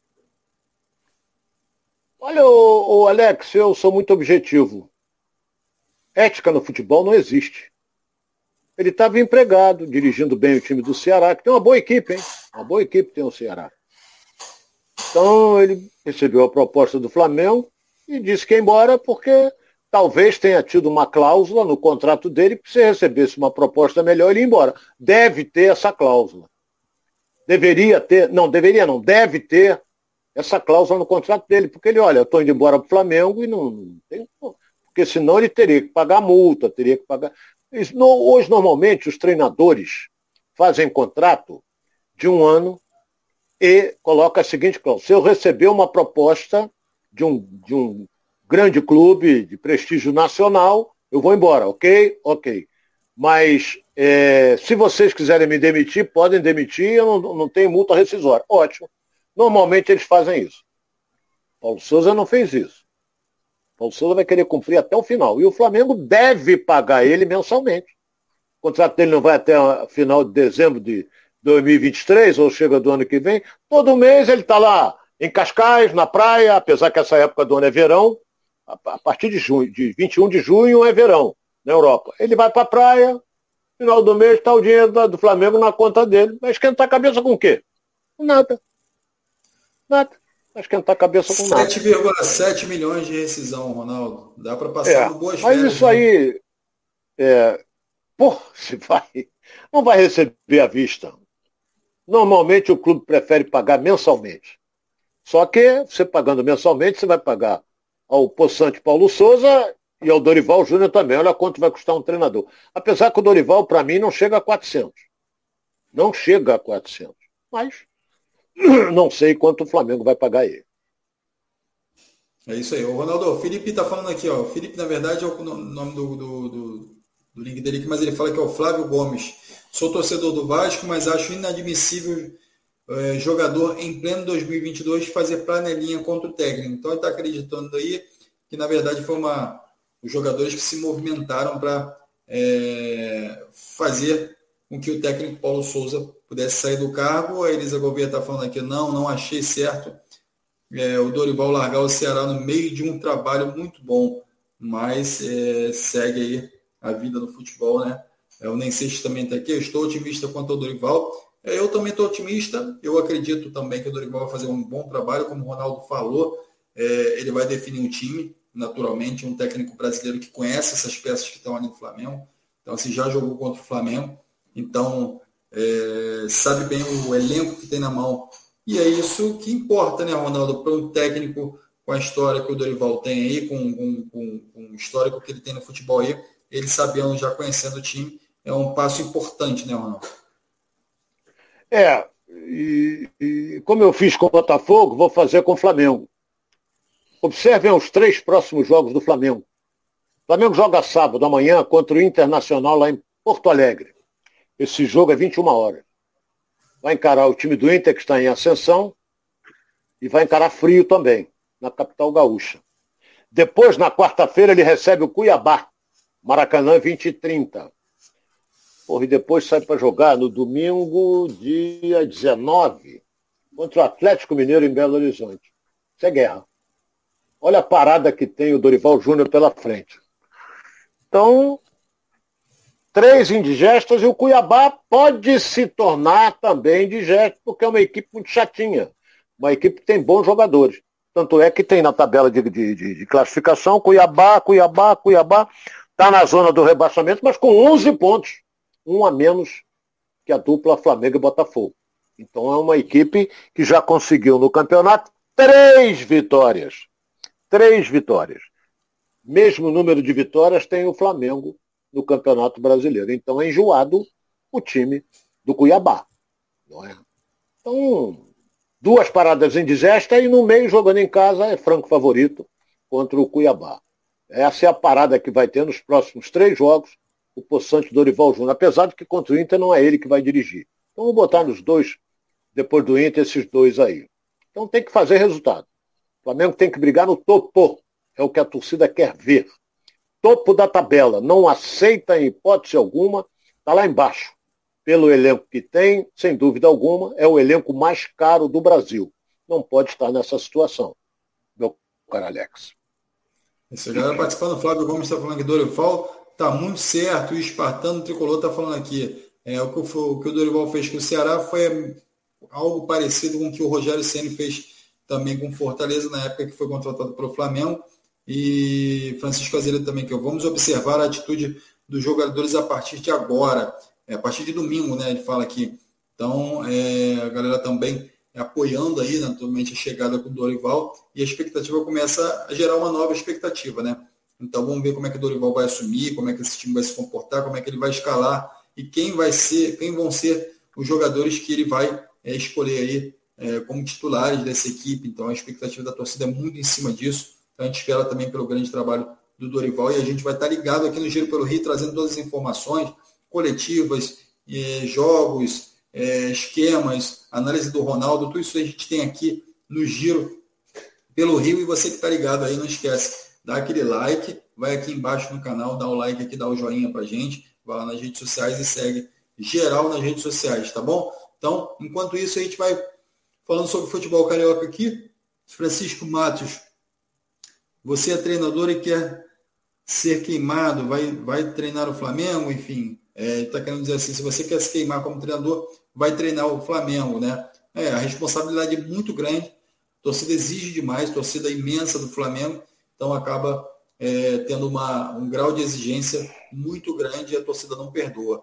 Olha, o Alex, eu sou muito objetivo. Ética no futebol não existe. Ele estava empregado, dirigindo bem o time do Ceará, que tem uma boa equipe, hein? Uma boa equipe tem o Ceará. Então ele recebeu a proposta do Flamengo e disse que ia embora porque talvez tenha tido uma cláusula no contrato dele que se recebesse uma proposta melhor ele ia embora. Deve ter essa cláusula. Deve ter essa cláusula no contrato dele, porque ele, olha, eu estou indo embora para o Flamengo e não tem... Porque senão ele teria que pagar multa, teria que pagar... Hoje, normalmente, os treinadores fazem contrato de 1 ano e colocam a seguinte cláusula: se eu receber uma proposta de um grande clube de prestígio nacional, eu vou embora, ok? Ok. Mas se vocês quiserem me demitir, podem demitir, eu não tenho multa rescisória. Ótimo. Normalmente eles fazem isso. Paulo Souza não fez isso. Paulo Souza vai querer cumprir até o final. E o Flamengo deve pagar ele mensalmente. O contrato dele não vai até o final de dezembro de 2023, ou chega do ano que vem. Todo mês ele está lá em Cascais, na praia, apesar que essa época do ano é verão. A partir de 21 de junho é verão na Europa. Ele vai para a praia, final do mês está o dinheiro do Flamengo na conta dele. Vai esquentar a cabeça com o quê? Com nada. Nada. Vai esquentar a cabeça com nada. 7,7 milhões de rescisão, Ronaldo. Dá para passar boas mas férias. Isso aí, se vai, não vai receber à vista. Normalmente o clube prefere pagar mensalmente. Só que você pagando mensalmente, você vai pagar ao possante Paulo Souza e ao Dorival Júnior também. Olha quanto vai custar um treinador. Apesar que o Dorival, para mim, não chega a 400. Não chega a 400. Mas não sei quanto o Flamengo vai pagar ele. É isso aí. O Ronaldo, o Felipe está falando aqui, ó. O Felipe, na verdade, é o nome do link dele aqui, mas ele fala que é o Flávio Gomes. Sou torcedor do Vasco, mas acho inadmissível jogador em pleno 2022 fazer panelinha contra o técnico. Então ele está acreditando aí que, na verdade, foi os jogadores que se movimentaram para fazer com que o técnico Paulo Souza pudesse sair do cargo. A Elisa Gouveia está falando aqui, não achei certo o Dorival largar o Ceará no meio de um trabalho muito bom, mas segue aí a vida no futebol, né? O Nenseixo também está aqui, eu estou otimista quanto ao Dorival. Eu também estou otimista, eu acredito também que o Dorival vai fazer um bom trabalho, como o Ronaldo falou, ele vai definir um time, naturalmente, um técnico brasileiro que conhece essas peças que estão ali no Flamengo, então assim, já jogou contra o Flamengo, então sabe bem o elenco que tem na mão, e é isso que importa, né, Ronaldo, para um técnico com a história que o Dorival tem aí, com o histórico que ele tem no futebol aí, ele sabendo, já conhecendo o time, é um passo importante, né, Ronaldo? E como eu fiz com o Botafogo, vou fazer com o Flamengo. Observem os 3 próximos jogos do Flamengo. O Flamengo joga sábado amanhã contra o Internacional lá em Porto Alegre. Esse jogo é 21 horas. Vai encarar o time do Inter, que está em ascensão, e vai encarar frio também, na capital gaúcha. Depois, na quarta-feira, ele recebe o Cuiabá, Maracanã 20h30. E depois sai para jogar no domingo, dia 19, contra o Atlético Mineiro em Belo Horizonte. Isso é guerra. Olha a parada que tem o Dorival Júnior pela frente. Então, 3 indigestas e o Cuiabá pode se tornar também indigesto, porque é uma equipe muito chatinha. Uma equipe que tem bons jogadores. Tanto é que tem na tabela de classificação Cuiabá, está na zona do rebaixamento, mas com 11 pontos. Um a menos que a dupla Flamengo e Botafogo. Então é uma equipe que já conseguiu no campeonato 3 vitórias. 3 vitórias. Mesmo número de vitórias tem o Flamengo no Campeonato Brasileiro. Então é enjoado o time do Cuiabá. Não é? Então, 2 paradas em digesta e no meio, jogando em casa, é franco favorito contra o Cuiabá. Essa é a parada que vai ter nos próximos 3 jogos o Poçante Dorival Júnior. Apesar de que contra o Inter não é ele que vai dirigir. Então vou botar nos 2, depois do Inter, esses 2 aí. Então tem que fazer resultado. O Flamengo tem que brigar no topo. É o que a torcida quer ver. Topo da tabela. Não aceita em hipótese alguma. Está lá embaixo. Pelo elenco que tem, sem dúvida alguma, é o elenco mais caro do Brasil. Não pode estar nessa situação, meu caro Alex. Esse galera participando, o Flávio Gomes está falando que Dorival está muito certo, e o Espartano Tricolor está falando aqui. O que o Dorival fez com o Ceará foi algo parecido com o que o Rogério Ceni fez também com Fortaleza, na época que foi contratado pelo Flamengo. E Francisco Azevedo também, que vamos observar a atitude dos jogadores a partir de agora. A partir de domingo, né? Ele fala aqui. Então, a galera também apoiando aí, naturalmente, a chegada com o Dorival, e a expectativa começa a gerar uma nova expectativa, né? Então, vamos ver como é que o Dorival vai assumir, como é que esse time vai se comportar, como é que ele vai escalar e quem vão ser os jogadores que ele vai escolher aí como titulares dessa equipe. Então, a expectativa da torcida é muito em cima disso. Então, a gente espera também pelo grande trabalho do Dorival, e a gente vai estar ligado aqui no Giro pelo Rio, trazendo todas as informações coletivas, jogos, esquemas, análise do Ronaldo, tudo isso a gente tem aqui no Giro pelo Rio. E você que está ligado aí, não esquece, dá aquele like, vai aqui embaixo no canal, dá o like aqui, dá o joinha pra gente, vai lá nas redes sociais e segue geral nas redes sociais, tá bom? Então, enquanto isso, a gente vai falando sobre futebol carioca aqui. Francisco Matos, você é treinador e quer ser queimado, vai treinar o Flamengo, enfim, está querendo dizer assim, se você quer se queimar como treinador, vai treinar o Flamengo, né? A responsabilidade é muito grande, a torcida exige demais, a torcida imensa do Flamengo, então acaba tendo um grau de exigência muito grande e a torcida não perdoa.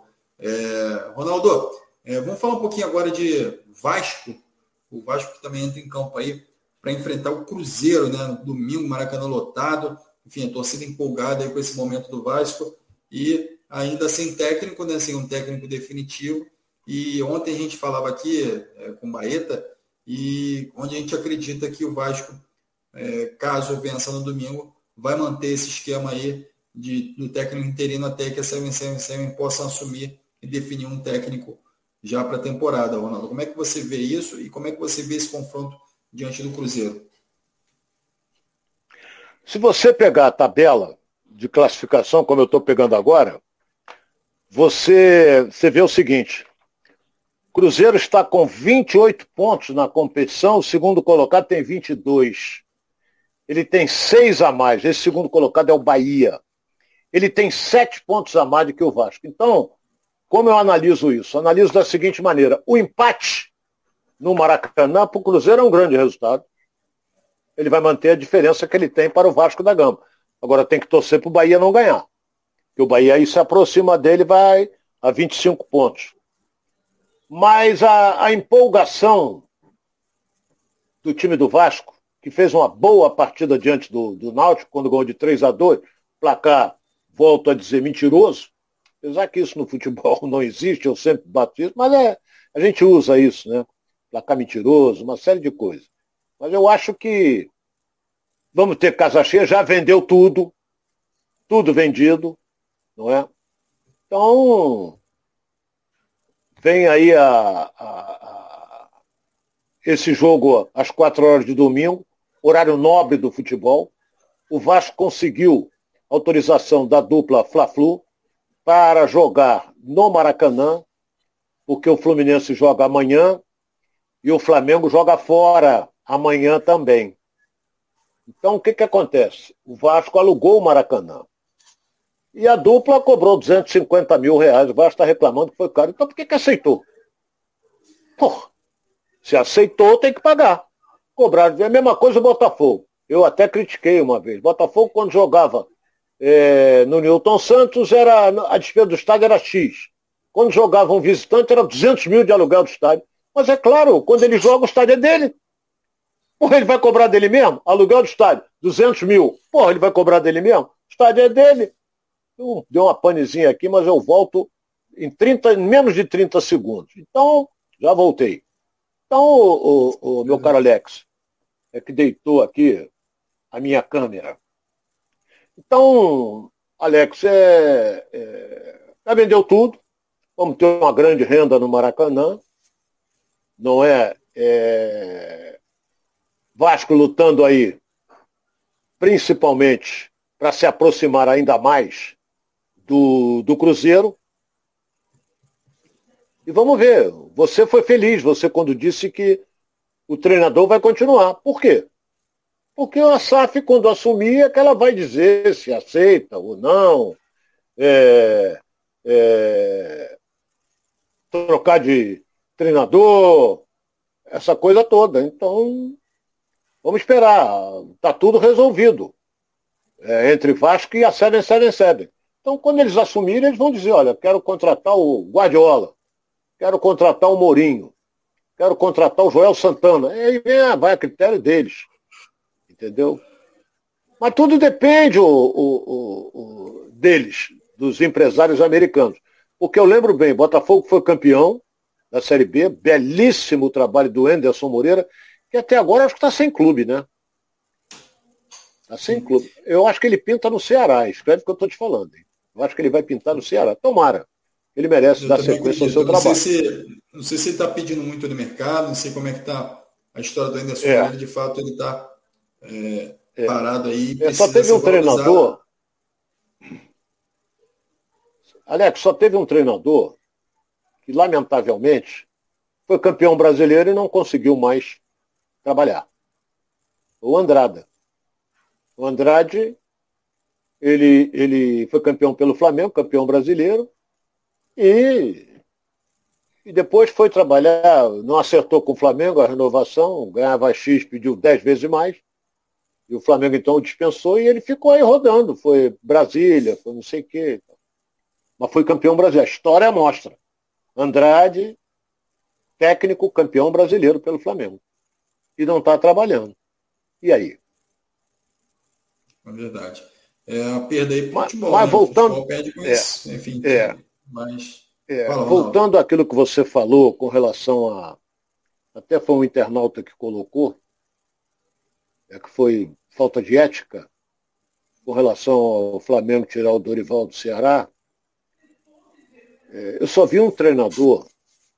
Ronaldo, vamos falar um pouquinho agora de Vasco, o Vasco que também entra em campo aí para enfrentar o Cruzeiro, né? No domingo, Maracanã lotado, enfim, a torcida empolgada aí com esse momento do Vasco e ainda sem técnico, né? Sem um técnico definitivo. E ontem a gente falava aqui com o Baeta, e onde a gente acredita que o Vasco, caso vença no domingo, vai manter esse esquema aí do técnico interino até que a 777 possa assumir e definir um técnico já para a temporada, Ronaldo. Como é que você vê isso e como é que você vê esse confronto diante do Cruzeiro? Se você pegar a tabela de classificação, como eu estou pegando agora, você vê o seguinte: o Cruzeiro está com 28 pontos na competição, o segundo colocado tem 22. Ele tem 6 a mais, esse segundo colocado é o Bahia. Ele tem 7 pontos a mais do que o Vasco. Então, como eu analiso isso? Analiso da seguinte maneira: o empate no Maracanã para o Cruzeiro é um grande resultado. Ele vai manter a diferença que ele tem para o Vasco da Gama. Agora tem que torcer para o Bahia não ganhar. Porque o Bahia aí se aproxima dele, vai a 25 pontos. Mas a empolgação do time do Vasco, que fez uma boa partida diante do Náutico, quando ganhou de 3-2, placar, volto a dizer, mentiroso. Apesar que isso no futebol não existe, eu sempre bato isso, mas a gente usa isso, né? Placar mentiroso, uma série de coisas. Mas eu acho que vamos ter casa cheia, já vendeu tudo vendido, não é? Então, vem aí esse jogo às 4 horas de domingo, horário nobre do futebol. O Vasco conseguiu autorização da dupla Fla-Flu para jogar no Maracanã, porque o Fluminense joga amanhã e o Flamengo joga fora amanhã também. Então, o que acontece? O Vasco alugou o Maracanã. E a dupla cobrou 250 mil reais. O Vasco está reclamando que foi caro. Então, por que aceitou? Porra, se aceitou, tem que pagar. Cobraram. É a mesma coisa o Botafogo. Eu até critiquei uma vez. Botafogo, quando jogava no Newton Santos, a despesa do estádio era X. Quando jogava um visitante, era 200 mil de aluguel do estádio. Mas é claro, quando ele joga, o estádio é dele. Porra, ele vai cobrar dele mesmo? Aluguel do estádio, 200 mil. Porra, ele vai cobrar dele mesmo? O estádio é dele. Deu uma panezinha aqui, mas eu volto em menos de 30 segundos. Então, já voltei. Então, o meu caro Alex, é que deitou aqui a minha câmera. Então, Alex, já vendeu tudo. Vamos ter uma grande renda no Maracanã. Não é? Vasco lutando aí, principalmente, para se aproximar ainda mais do Cruzeiro. E vamos ver. Você foi feliz, você quando disse que o treinador vai continuar. Por quê? Porque a SAF, quando assumir, é que ela vai dizer se aceita ou não. Trocar de treinador, essa coisa toda. Então, vamos esperar. Está tudo resolvido. Entre Vasco e a 777. Então, quando eles assumirem, eles vão dizer, olha, quero contratar o Guardiola, quero contratar o Mourinho, quero contratar o Joel Santana. Aí vai a critério deles. Entendeu? Mas tudo depende deles, dos empresários americanos. Porque eu lembro bem, Botafogo foi campeão da Série B, belíssimo trabalho do Anderson Moreira, que até agora acho que está sem clube, né? Está sem clube. Eu acho que ele pinta no Ceará, escreve o que eu estou te falando. Hein? Eu acho que ele vai pintar no Ceará. Tomara. Ele merece dar sequência ao seu trabalho. Não sei se ele está pedindo muito no mercado, não sei como é que está a história do Anderson Moreira, de fato ele está parado aí. Só teve um treinador. Alex, só teve um treinador que, lamentavelmente, foi campeão brasileiro e não conseguiu mais trabalhar. O Andrada. O Andrade, ele foi campeão pelo Flamengo, campeão brasileiro, e depois foi trabalhar, não acertou com o Flamengo a renovação, ganhava X, pediu 10 vezes mais, e o Flamengo então o dispensou e ele ficou aí rodando, foi Brasília, foi não sei o quê. Mas foi campeão brasileiro. A história mostra. Andrade, técnico, campeão brasileiro pelo Flamengo. E não está trabalhando. E aí? É verdade. A perda aí para o futebol. Mas voltando. O futebol perde com isso. Enfim. Voltando àquilo que você falou com relação a. Até foi um internauta que colocou, que foi falta de ética, com relação ao Flamengo tirar o Dorival do Ceará. Eu só vi um treinador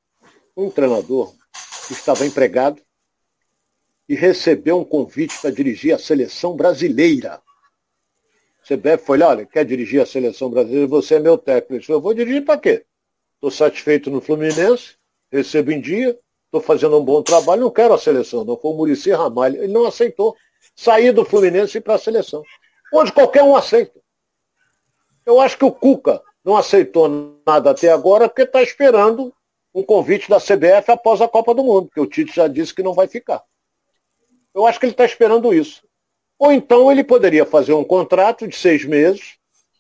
que estava empregado e recebeu um convite para dirigir a seleção brasileira. O CBF foi lá, olha, quer dirigir a seleção brasileira? Você é meu técnico. Eu vou dirigir para quê? Estou satisfeito no Fluminense, recebo em dia, estou fazendo um bom trabalho, não quero a seleção, não. Foi o Muricy Ramalho. Ele não aceitou sair do Fluminense e ir para a seleção. Hoje qualquer um aceita. Eu acho que o Cuca não aceitou nada até agora porque está esperando um convite da CBF após a Copa do Mundo, porque o Tite já disse que não vai ficar. Eu acho que ele está esperando isso. Ou então ele poderia fazer um contrato de 6 meses,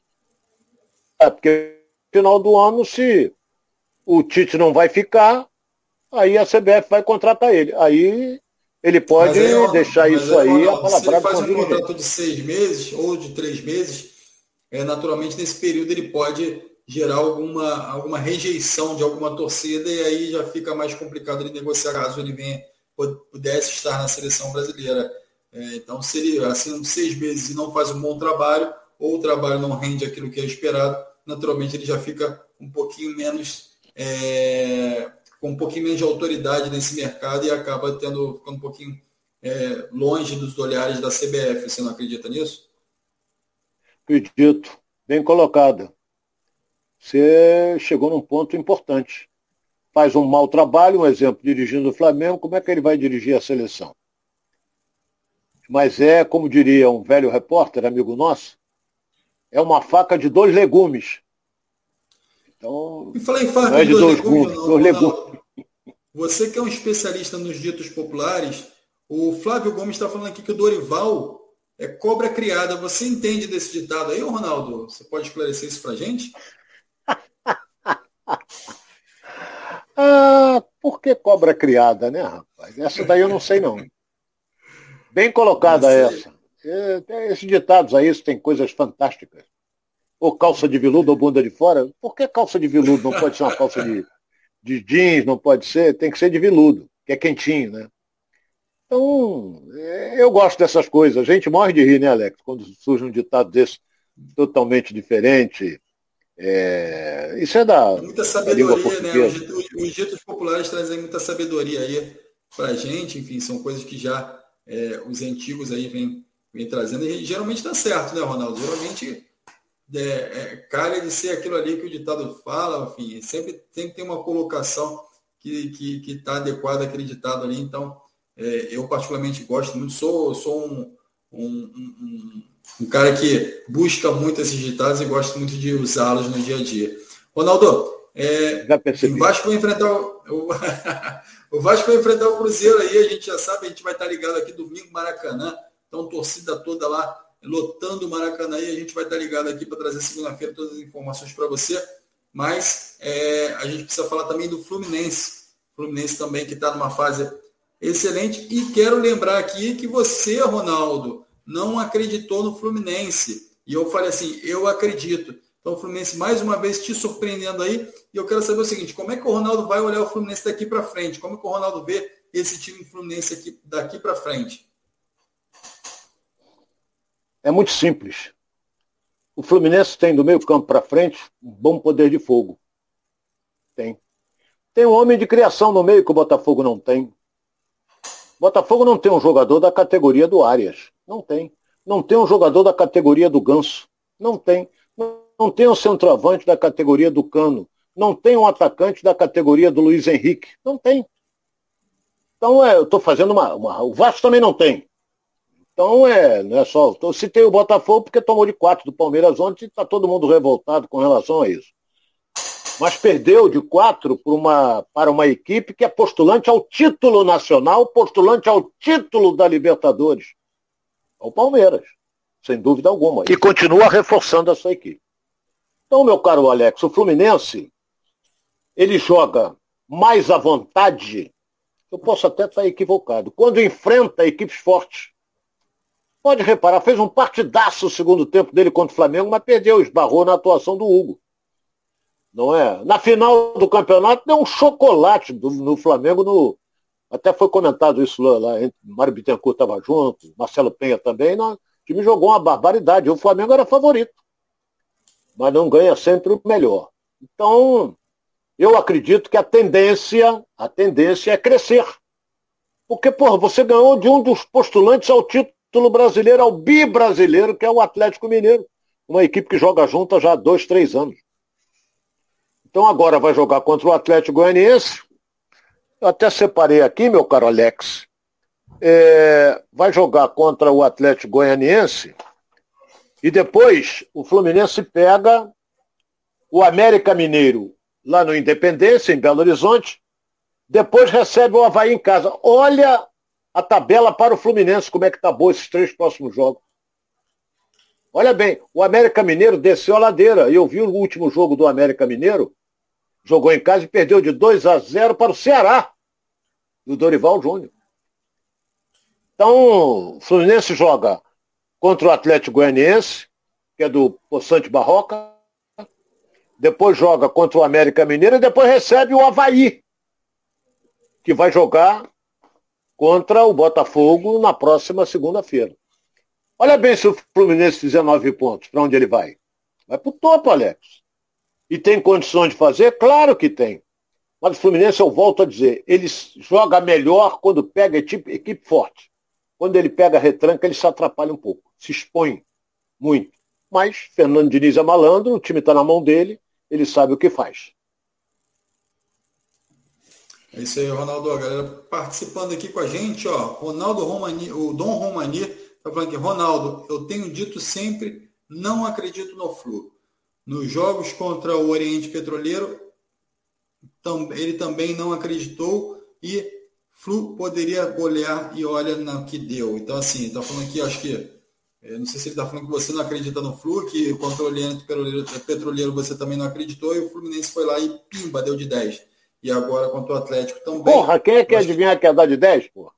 porque no final do ano, se o Tite não vai ficar, aí a CBF vai contratar ele. Aí ele pode deixar isso aí a palavra. Se ele faz um contrato de 6 meses ou de 3 meses, naturalmente nesse período ele pode gerar alguma rejeição de alguma torcida e aí já fica mais complicado de negociar caso ele pudesse estar na seleção brasileira. Então, se ele assina 6 meses e não faz um bom trabalho, ou o trabalho não rende aquilo que é esperado, naturalmente ele já fica um pouquinho menos com um pouquinho menos de autoridade nesse mercado e acaba ficando um pouquinho longe dos olhares da CBF. Você não acredita nisso? Acredito. Bem colocado. Você chegou num ponto importante. Faz um mau trabalho, um exemplo, dirigindo o Flamengo, como é que ele vai dirigir a seleção? Mas como diria um velho repórter, amigo nosso, é uma faca de 2 legumes. Então, e falar em faca não é de 2 legumes. Você que é um especialista nos ditos populares, o Flávio Gomes está falando aqui que o Dorival é cobra criada. Você entende desse ditado aí, Ronaldo? Você pode esclarecer isso para a gente? por que cobra criada, né, rapaz? Essa daí eu não sei, não. Bem colocada essa. Esses ditados aí, isso tem coisas fantásticas. Ou calça de veludo ou bunda de fora. Por que calça de veludo? Não pode ser uma calça de jeans, não pode ser. Tem que ser de veludo, que é quentinho, né? Então, eu gosto dessas coisas. A gente morre de rir, né, Alex? Quando surge um ditado desse totalmente diferente. Isso é da muita língua sabedoria, né? portuguesa. Os ditos populares trazem muita sabedoria aí pra gente. Enfim, são coisas que já os antigos aí vêm trazendo. E geralmente dá certo, né, Ronaldo? Geralmente calha de ser aquilo ali que o ditado fala, enfim, sempre tem uma colocação que está adequada àquele ditado ali. Então, eu particularmente gosto muito, sou um cara que busca muito esses ditados e gosto muito de usá-los no dia a dia. Ronaldo, o Vasco vai enfrentar o Vasco vai enfrentar o Cruzeiro aí, a gente já sabe, a gente vai estar ligado aqui domingo, Maracanã, então torcida toda lá lotando o Maracanã e a gente vai estar ligado aqui para trazer segunda-feira todas as informações para você, mas a gente precisa falar também do Fluminense também que está numa fase excelente, e quero lembrar aqui que você, Ronaldo, não acreditou no Fluminense, e eu falei assim, eu acredito. Então o Fluminense mais uma vez te surpreendendo aí, e eu quero saber o seguinte, como é que o Ronaldo vai olhar o Fluminense daqui para frente? Como é que o Ronaldo vê esse time Fluminense daqui para frente? É muito simples. O Fluminense tem do meio campo para frente um bom poder de fogo. Tem um homem de criação no meio que o Botafogo não tem. O Botafogo não tem um jogador da categoria do Arias. Não tem. Não tem um jogador da categoria do Ganso. Não tem. Não tem um centroavante da categoria do Cano. Não tem um atacante da categoria do Luiz Henrique. Não tem. Então, eu estou fazendo O Vasco também não tem. Então, não é só... Eu citei o Botafogo porque tomou de 4 do Palmeiras ontem e está todo mundo revoltado com relação a isso. Mas perdeu de 4 para uma equipe que é postulante ao título nacional, postulante ao título da Libertadores. É o Palmeiras, sem dúvida alguma. E continua reforçando a sua equipe. Então, meu caro Alex, o Fluminense, ele joga mais à vontade, eu posso até estar equivocado, quando enfrenta equipes fortes. Pode reparar, fez um partidaço no segundo tempo dele contra o Flamengo, mas perdeu, esbarrou na atuação do Hugo. Não é? Na final do campeonato, deu um chocolate no Flamengo. Até foi comentado isso lá Mário Bittencourt estava junto, Marcelo Penha também. O time jogou uma barbaridade. O Flamengo era favorito. Mas não ganha sempre o melhor. Então, eu acredito que a tendência é crescer. Porque, você ganhou de um dos postulantes ao título brasileiro, ao bibrasileiro, que é o Atlético Mineiro. Uma equipe que joga junto já há 2, 3 anos. Então agora vai jogar contra o Atlético Goianiense. Eu até separei aqui, meu caro Alex. Vai jogar contra o Atlético Goianiense e depois o Fluminense pega o América Mineiro lá no Independência, em Belo Horizonte. Depois recebe o Avaí em casa. Olha a tabela para o Fluminense, como é que está boa esses 3 próximos jogos. Olha bem, o América Mineiro desceu a ladeira. Eu vi o último jogo do América Mineiro. Jogou em casa e perdeu de 2-0 para o Ceará, do Dorival Júnior. Então, o Fluminense joga contra o Atlético Goianiense, que é do Poçante Barroca. Depois joga contra o América Mineiro e depois recebe o Avaí, que vai jogar contra o Botafogo na próxima segunda-feira. Olha bem, se o Fluminense fizer 9 pontos, para onde ele vai? Vai para o topo, Alex. E tem condições de fazer? Claro que tem. Mas o Fluminense, eu volto a dizer, ele joga melhor quando pega equipe forte. Quando ele pega a retranca, ele se atrapalha um pouco. Se expõe muito. Mas Fernando Diniz é malandro, o time está na mão dele, ele sabe o que faz. É isso aí, Ronaldo. A galera participando aqui com a gente, ó. Ronaldo Romani, o Dom Romani está falando aqui, Ronaldo, eu tenho dito sempre, não acredito no Flu. Nos jogos contra o Oriente Petroleiro, ele também não acreditou e Flu poderia golear e olha no que deu. Então, assim, está falando aqui, acho que, não sei se ele está falando que você não acredita no Flu, que contra o Oriente Petroleiro você também não acreditou e o Fluminense foi lá e pimba, deu de 10. e agora contra o Atlético também. Porra, quem é que adivinhar que ia dar de 10, porra?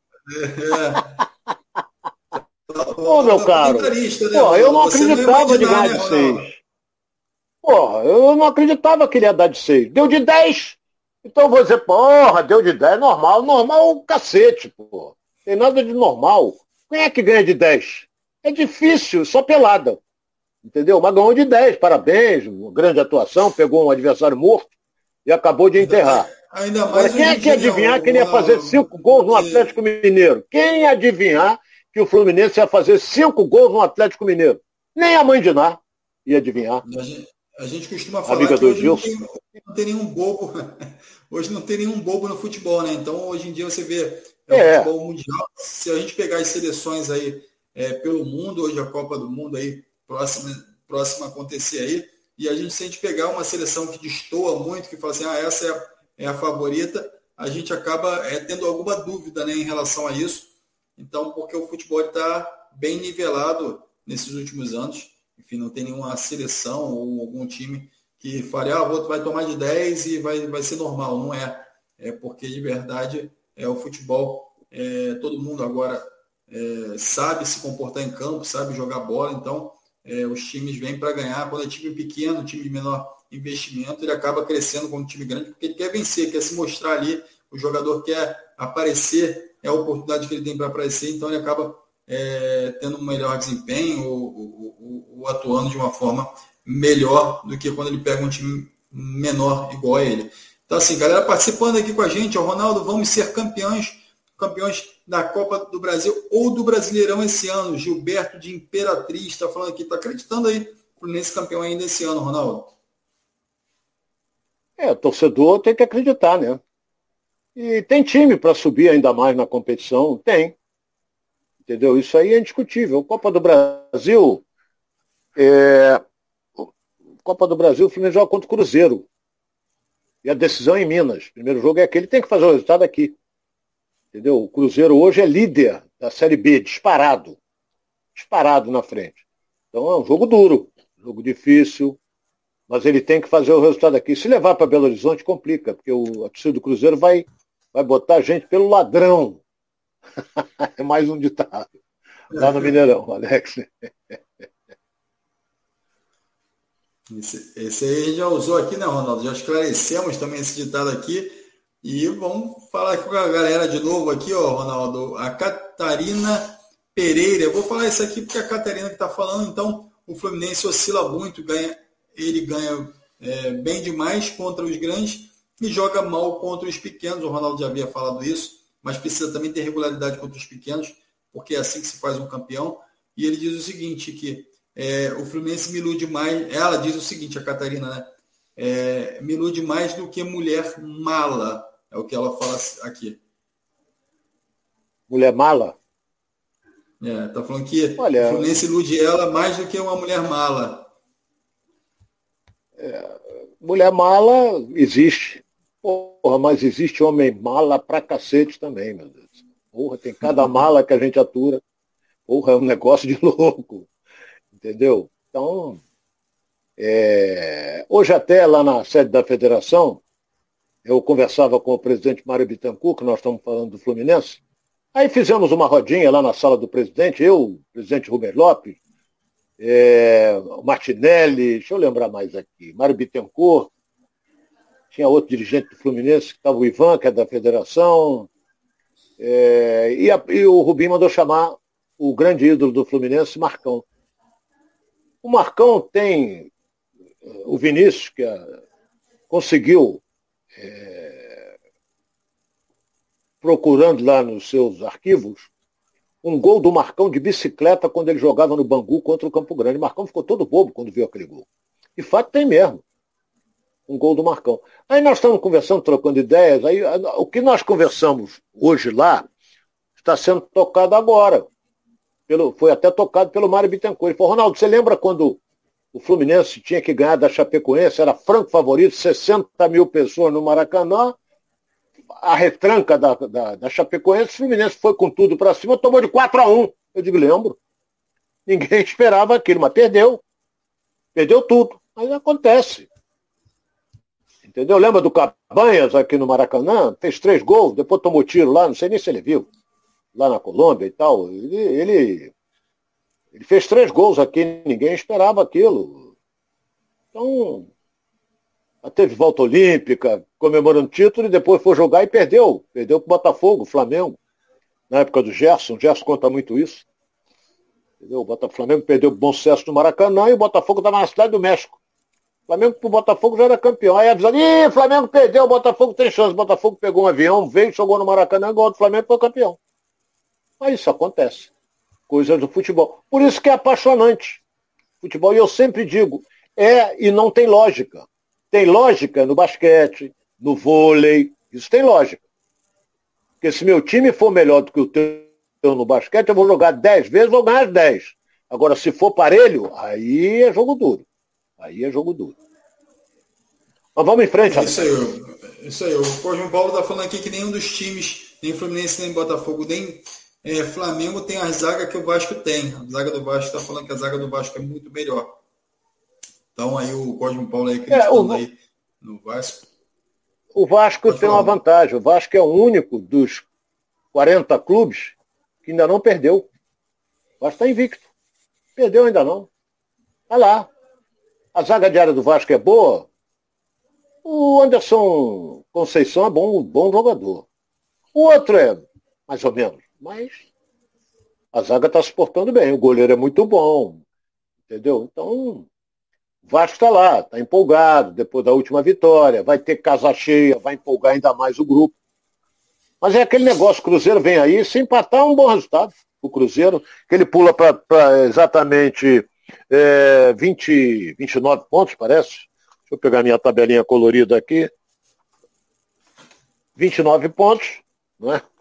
Ô, meu caro, Né, porra, eu não você acreditava de ganhar né, de 6. Porra, eu não acreditava que ele ia dar de 6. Deu de 10. Então eu vou dizer, porra, deu de 10. Normal. Normal é o cacete, porra. Tem nada de normal. Quem é que ganha de 10? É difícil, só pelada. Entendeu? Mas ganhou de 10, parabéns, uma grande atuação, pegou um adversário morto e acabou de enterrar. Ainda Agora, quem é que ia adivinhar que ele ia fazer 5 gols no Atlético Mineiro? Quem ia adivinhar que o Fluminense ia fazer 5 gols no Atlético Mineiro? Nem a mãe de Ná ia adivinhar. A gente costuma falar Amiga que hoje não tem nenhum bobo. Hoje não tem nenhum bobo no futebol, né? Então, hoje em dia você vê o futebol mundial. Se a gente pegar as seleções aí pelo mundo, hoje a Copa do Mundo aí, próxima a acontecer aí, e se a gente pegar uma seleção que destoa muito, que fala assim, essa é a favorita, a gente acaba tendo alguma dúvida, né, em relação a isso. Então, porque o futebol está bem nivelado nesses últimos anos. Enfim, não tem nenhuma seleção ou algum time que fale, o outro vai tomar de 10 e vai ser normal. Não é. É porque, de verdade, o futebol, todo mundo agora sabe se comportar em campo, sabe jogar bola. Então, os times vêm para ganhar. Quando é time pequeno, time de menor investimento, ele acaba crescendo como time grande, porque ele quer vencer, quer se mostrar ali. O jogador quer aparecer, é a oportunidade que ele tem para aparecer, então ele acaba tendo um melhor desempenho ou atuando de uma forma melhor do que quando ele pega um time menor igual a ele. Então, assim, galera participando aqui com a gente, Ronaldo, vamos ser campeões da Copa do Brasil ou do Brasileirão esse ano. Gilberto de Imperatriz está falando aqui, está acreditando aí nesse campeão ainda esse ano, Ronaldo? O torcedor tem que acreditar, né? E tem time para subir ainda mais na competição? Tem. Entendeu? Isso aí é indiscutível. Copa do Brasil, o Fluminense joga contra o Cruzeiro. E a decisão é em Minas. O primeiro jogo é aquele, tem que fazer o resultado aqui. Entendeu? O Cruzeiro hoje é líder da Série B, disparado. Disparado na frente. Então é um jogo duro, jogo difícil, mas ele tem que fazer o resultado aqui. Se levar para Belo Horizonte, complica, porque a torcida do Cruzeiro vai botar a gente pelo ladrão. É mais um ditado. Lá no Mineirão, Alex. Esse aí a gente já usou aqui, né, Ronaldo? Já esclarecemos também esse ditado aqui. E vamos falar aqui com a galera de novo aqui, ó, Ronaldo. A Catarina Pereira. Eu vou falar isso aqui porque é a Catarina que está falando. Então, o Fluminense oscila muito, ele ganha bem demais contra os grandes e joga mal contra os pequenos. O Ronaldo já havia falado isso, mas precisa também ter regularidade contra os pequenos, porque é assim que se faz um campeão. E ele diz o seguinte, que o Fluminense me ilude mais. Ela diz o seguinte, a Catarina, né? Me ilude mais do que mulher mala. É o que ela fala aqui. Mulher mala? Tá falando que o Fluminense ilude ela mais do que uma mulher mala. Mulher mala existe. Porra, mas existe homem mala pra cacete também, meu Deus. Porra, tem cada mala que a gente atura. Porra, é um negócio de louco. Entendeu? Então, hoje até lá na sede da federação, eu conversava com o presidente Mário Bittencourt, que nós estamos falando do Fluminense. Aí fizemos uma rodinha lá na sala do presidente, eu, o presidente Rubens Lopes, o Martinelli, deixa eu lembrar mais aqui, Mário Bittencourt, tinha outro dirigente do Fluminense, que estava o Ivan, que é da federação, e o Rubinho mandou chamar o grande ídolo do Fluminense, Marcão. O Marcão tem o Vinícius, que conseguiu, procurando lá nos seus arquivos, um gol do Marcão de bicicleta quando ele jogava no Bangu contra o Campo Grande. O Marcão ficou todo bobo quando viu aquele gol. De fato tem mesmo. Um gol do Marcão. Aí nós estamos conversando, trocando ideias, aí o que nós conversamos hoje lá está sendo tocado agora. Foi até tocado pelo Mário Bittencourt. Ele falou, Ronaldo, você lembra quando o Fluminense tinha que ganhar da Chapecoense, era franco favorito, 60 mil pessoas no Maracanã, a retranca da Chapecoense, o Fluminense foi com tudo para cima, tomou de 4-1. Eu digo, lembro. Ninguém esperava aquilo, mas perdeu. Perdeu tudo. Mas acontece. entendeu? Lembra do Cabanhas aqui no Maracanã? Fez 3 gols, depois tomou tiro lá, não sei nem se ele viu, lá na Colômbia e tal. Ele fez 3 gols aqui, ninguém esperava aquilo. Então, teve volta olímpica, comemorando título, e depois foi jogar e perdeu. Perdeu para o Botafogo, Flamengo, na época do Gerson. O Gerson conta muito isso. Entendeu? O Flamengo perdeu o bom sucesso no Maracanã e o Botafogo estava na Cidade do México. O Flamengo pro Botafogo já era campeão. Aí avisando, o Flamengo perdeu, o Botafogo tem chance. O Botafogo pegou um avião, veio, jogou no Maracanã, ganhou do Flamengo e foi campeão. Mas isso acontece. Coisas do futebol. Por isso que é apaixonante. Futebol, e eu sempre digo, e não tem lógica. Tem lógica no basquete, no vôlei, isso tem lógica. Porque se meu time for melhor do que o teu no basquete, eu vou jogar 10 vezes, vou ganhar as 10. Agora, se for parelho, aí é jogo duro. Aí é jogo duro. Mas vamos em frente. Isso aí. O Cosmo Paulo está falando aqui que nenhum dos times, nem Fluminense, nem Botafogo, nem Flamengo tem a zaga que o Vasco tem. A zaga do Vasco está falando que a zaga do Vasco é muito melhor. Então aí o Cosmo Paulo aí acreditando aí no Vasco. O Vasco tem uma vantagem. O Vasco é o único dos 40 clubes que ainda não perdeu. O Vasco está invicto. Perdeu ainda não. Está lá. A zaga diária do Vasco é boa. O Anderson Conceição é bom jogador. O outro é mais ou menos. Mas a zaga está se portando bem. O goleiro é muito bom. Entendeu? Então, o Vasco está lá, está empolgado depois da última vitória. Vai ter casa cheia, vai empolgar ainda mais o grupo. Mas é aquele negócio, o Cruzeiro vem aí, se empatar é um bom resultado. O Cruzeiro, que ele pula para exatamente 29 pontos, parece. Deixa eu pegar minha tabelinha colorida aqui. 29 pontos, não é?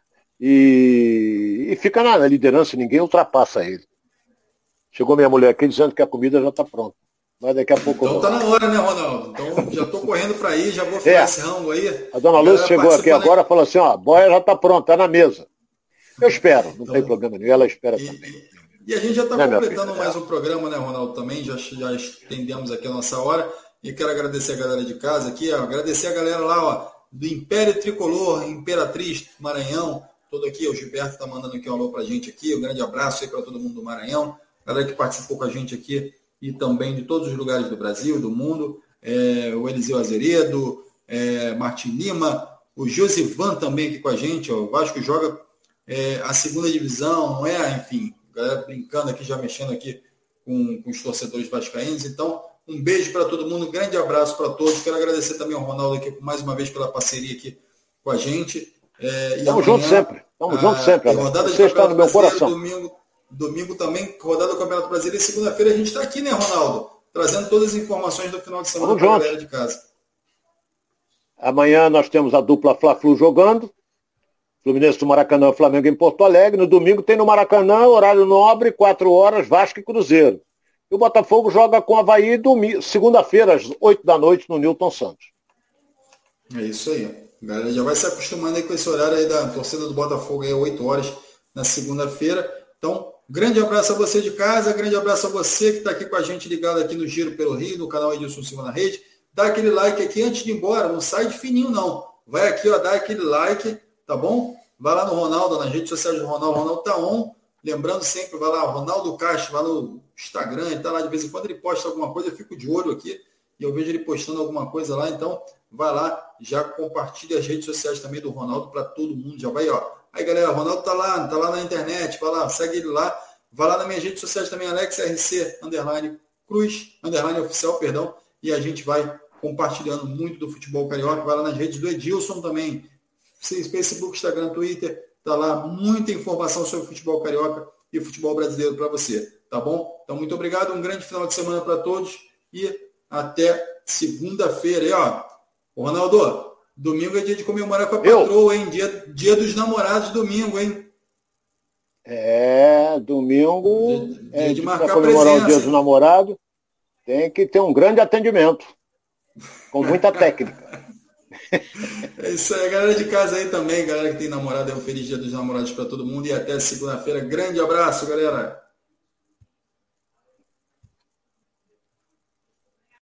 E fica na liderança, ninguém ultrapassa ele. Chegou minha mulher aqui dizendo que a comida já está pronta. Mas daqui a pouco... Então tá na hora, né, Ronaldo? Então já estou correndo para ir, já vou ficar esse rango aí. A dona Lúcia chegou aqui agora e falou assim, a boia já está pronta, está na mesa. Eu espero, não tem problema nenhum, ela espera também. E a gente já está completando mais um programa, né, Ronaldo, também, já estendemos aqui a nossa hora, e quero agradecer a galera de casa aqui, agradecer a galera lá, do Império Tricolor, Imperatriz, Maranhão, todo aqui, o Gilberto está mandando aqui um alô pra gente aqui, um grande abraço aí para todo mundo do Maranhão, galera que participou com a gente aqui, e também de todos os lugares do Brasil, do mundo, o Eliseu Azeredo, Martim Lima, o Josivan também aqui com a gente, o Vasco joga a segunda divisão, não é? Enfim, galera brincando aqui, já mexendo aqui com os torcedores vascaínos. Então, um beijo para todo mundo, um grande abraço para todos. Quero agradecer também ao Ronaldo aqui mais uma vez pela parceria aqui com a gente. Estamos juntos sempre. Estamos juntos sempre. Você está no meu coração. Domingo também, rodada do Campeonato Brasileiro. E segunda-feira a gente está aqui, né, Ronaldo? Trazendo todas as informações do final de semana para a galera de casa. Amanhã nós temos a dupla Fla-Flu jogando. Fluminense do Maracanã, Flamengo em Porto Alegre. No domingo tem no Maracanã, horário nobre, 4 horas, Vasco e Cruzeiro. E o Botafogo joga com o Avaí segunda-feira, às 8 da noite, no Newton Santos. É isso aí. A galera já vai se acostumando aí com esse horário aí da torcida do Botafogo aí, 8 horas na segunda-feira. Então, grande abraço a você de casa, grande abraço a você que está aqui com a gente ligado aqui no Giro pelo Rio, no canal Edilson Silva na Rede. Dá aquele like aqui antes de ir embora, não sai de fininho não. Vai aqui, dá aquele like, tá bom? Vai lá no Ronaldo, nas redes sociais do Ronaldo. O Ronaldo tá on. Lembrando sempre, vai lá, Ronaldo Castro, vai no Instagram, ele tá lá de vez em quando, ele posta alguma coisa, eu fico de olho aqui e eu vejo ele postando alguma coisa lá, então vai lá, já compartilha as redes sociais também do Ronaldo para todo mundo, já vai, Aí galera, o Ronaldo tá lá na internet, vai lá, segue ele lá, vai lá nas minhas redes sociais também, AlexRC, Cruz, oficial, perdão, e a gente vai compartilhando muito do futebol carioca, vai lá nas redes do Edilson também, Facebook, Instagram, Twitter, tá lá muita informação sobre futebol carioca e futebol brasileiro para você, tá bom? Então, muito obrigado, um grande final de semana para todos e até segunda-feira. E, Ronaldo, domingo é dia de comemorar com a patroa, hein? Dia dos namorados, domingo, hein? Domingo dia de marcar para comemorar presença, o dia do namorado, tem que ter um grande atendimento, com muita técnica. É isso aí, galera de casa aí também, galera que tem namorado, um feliz dia dos namorados para todo mundo e até segunda-feira. Grande abraço, galera!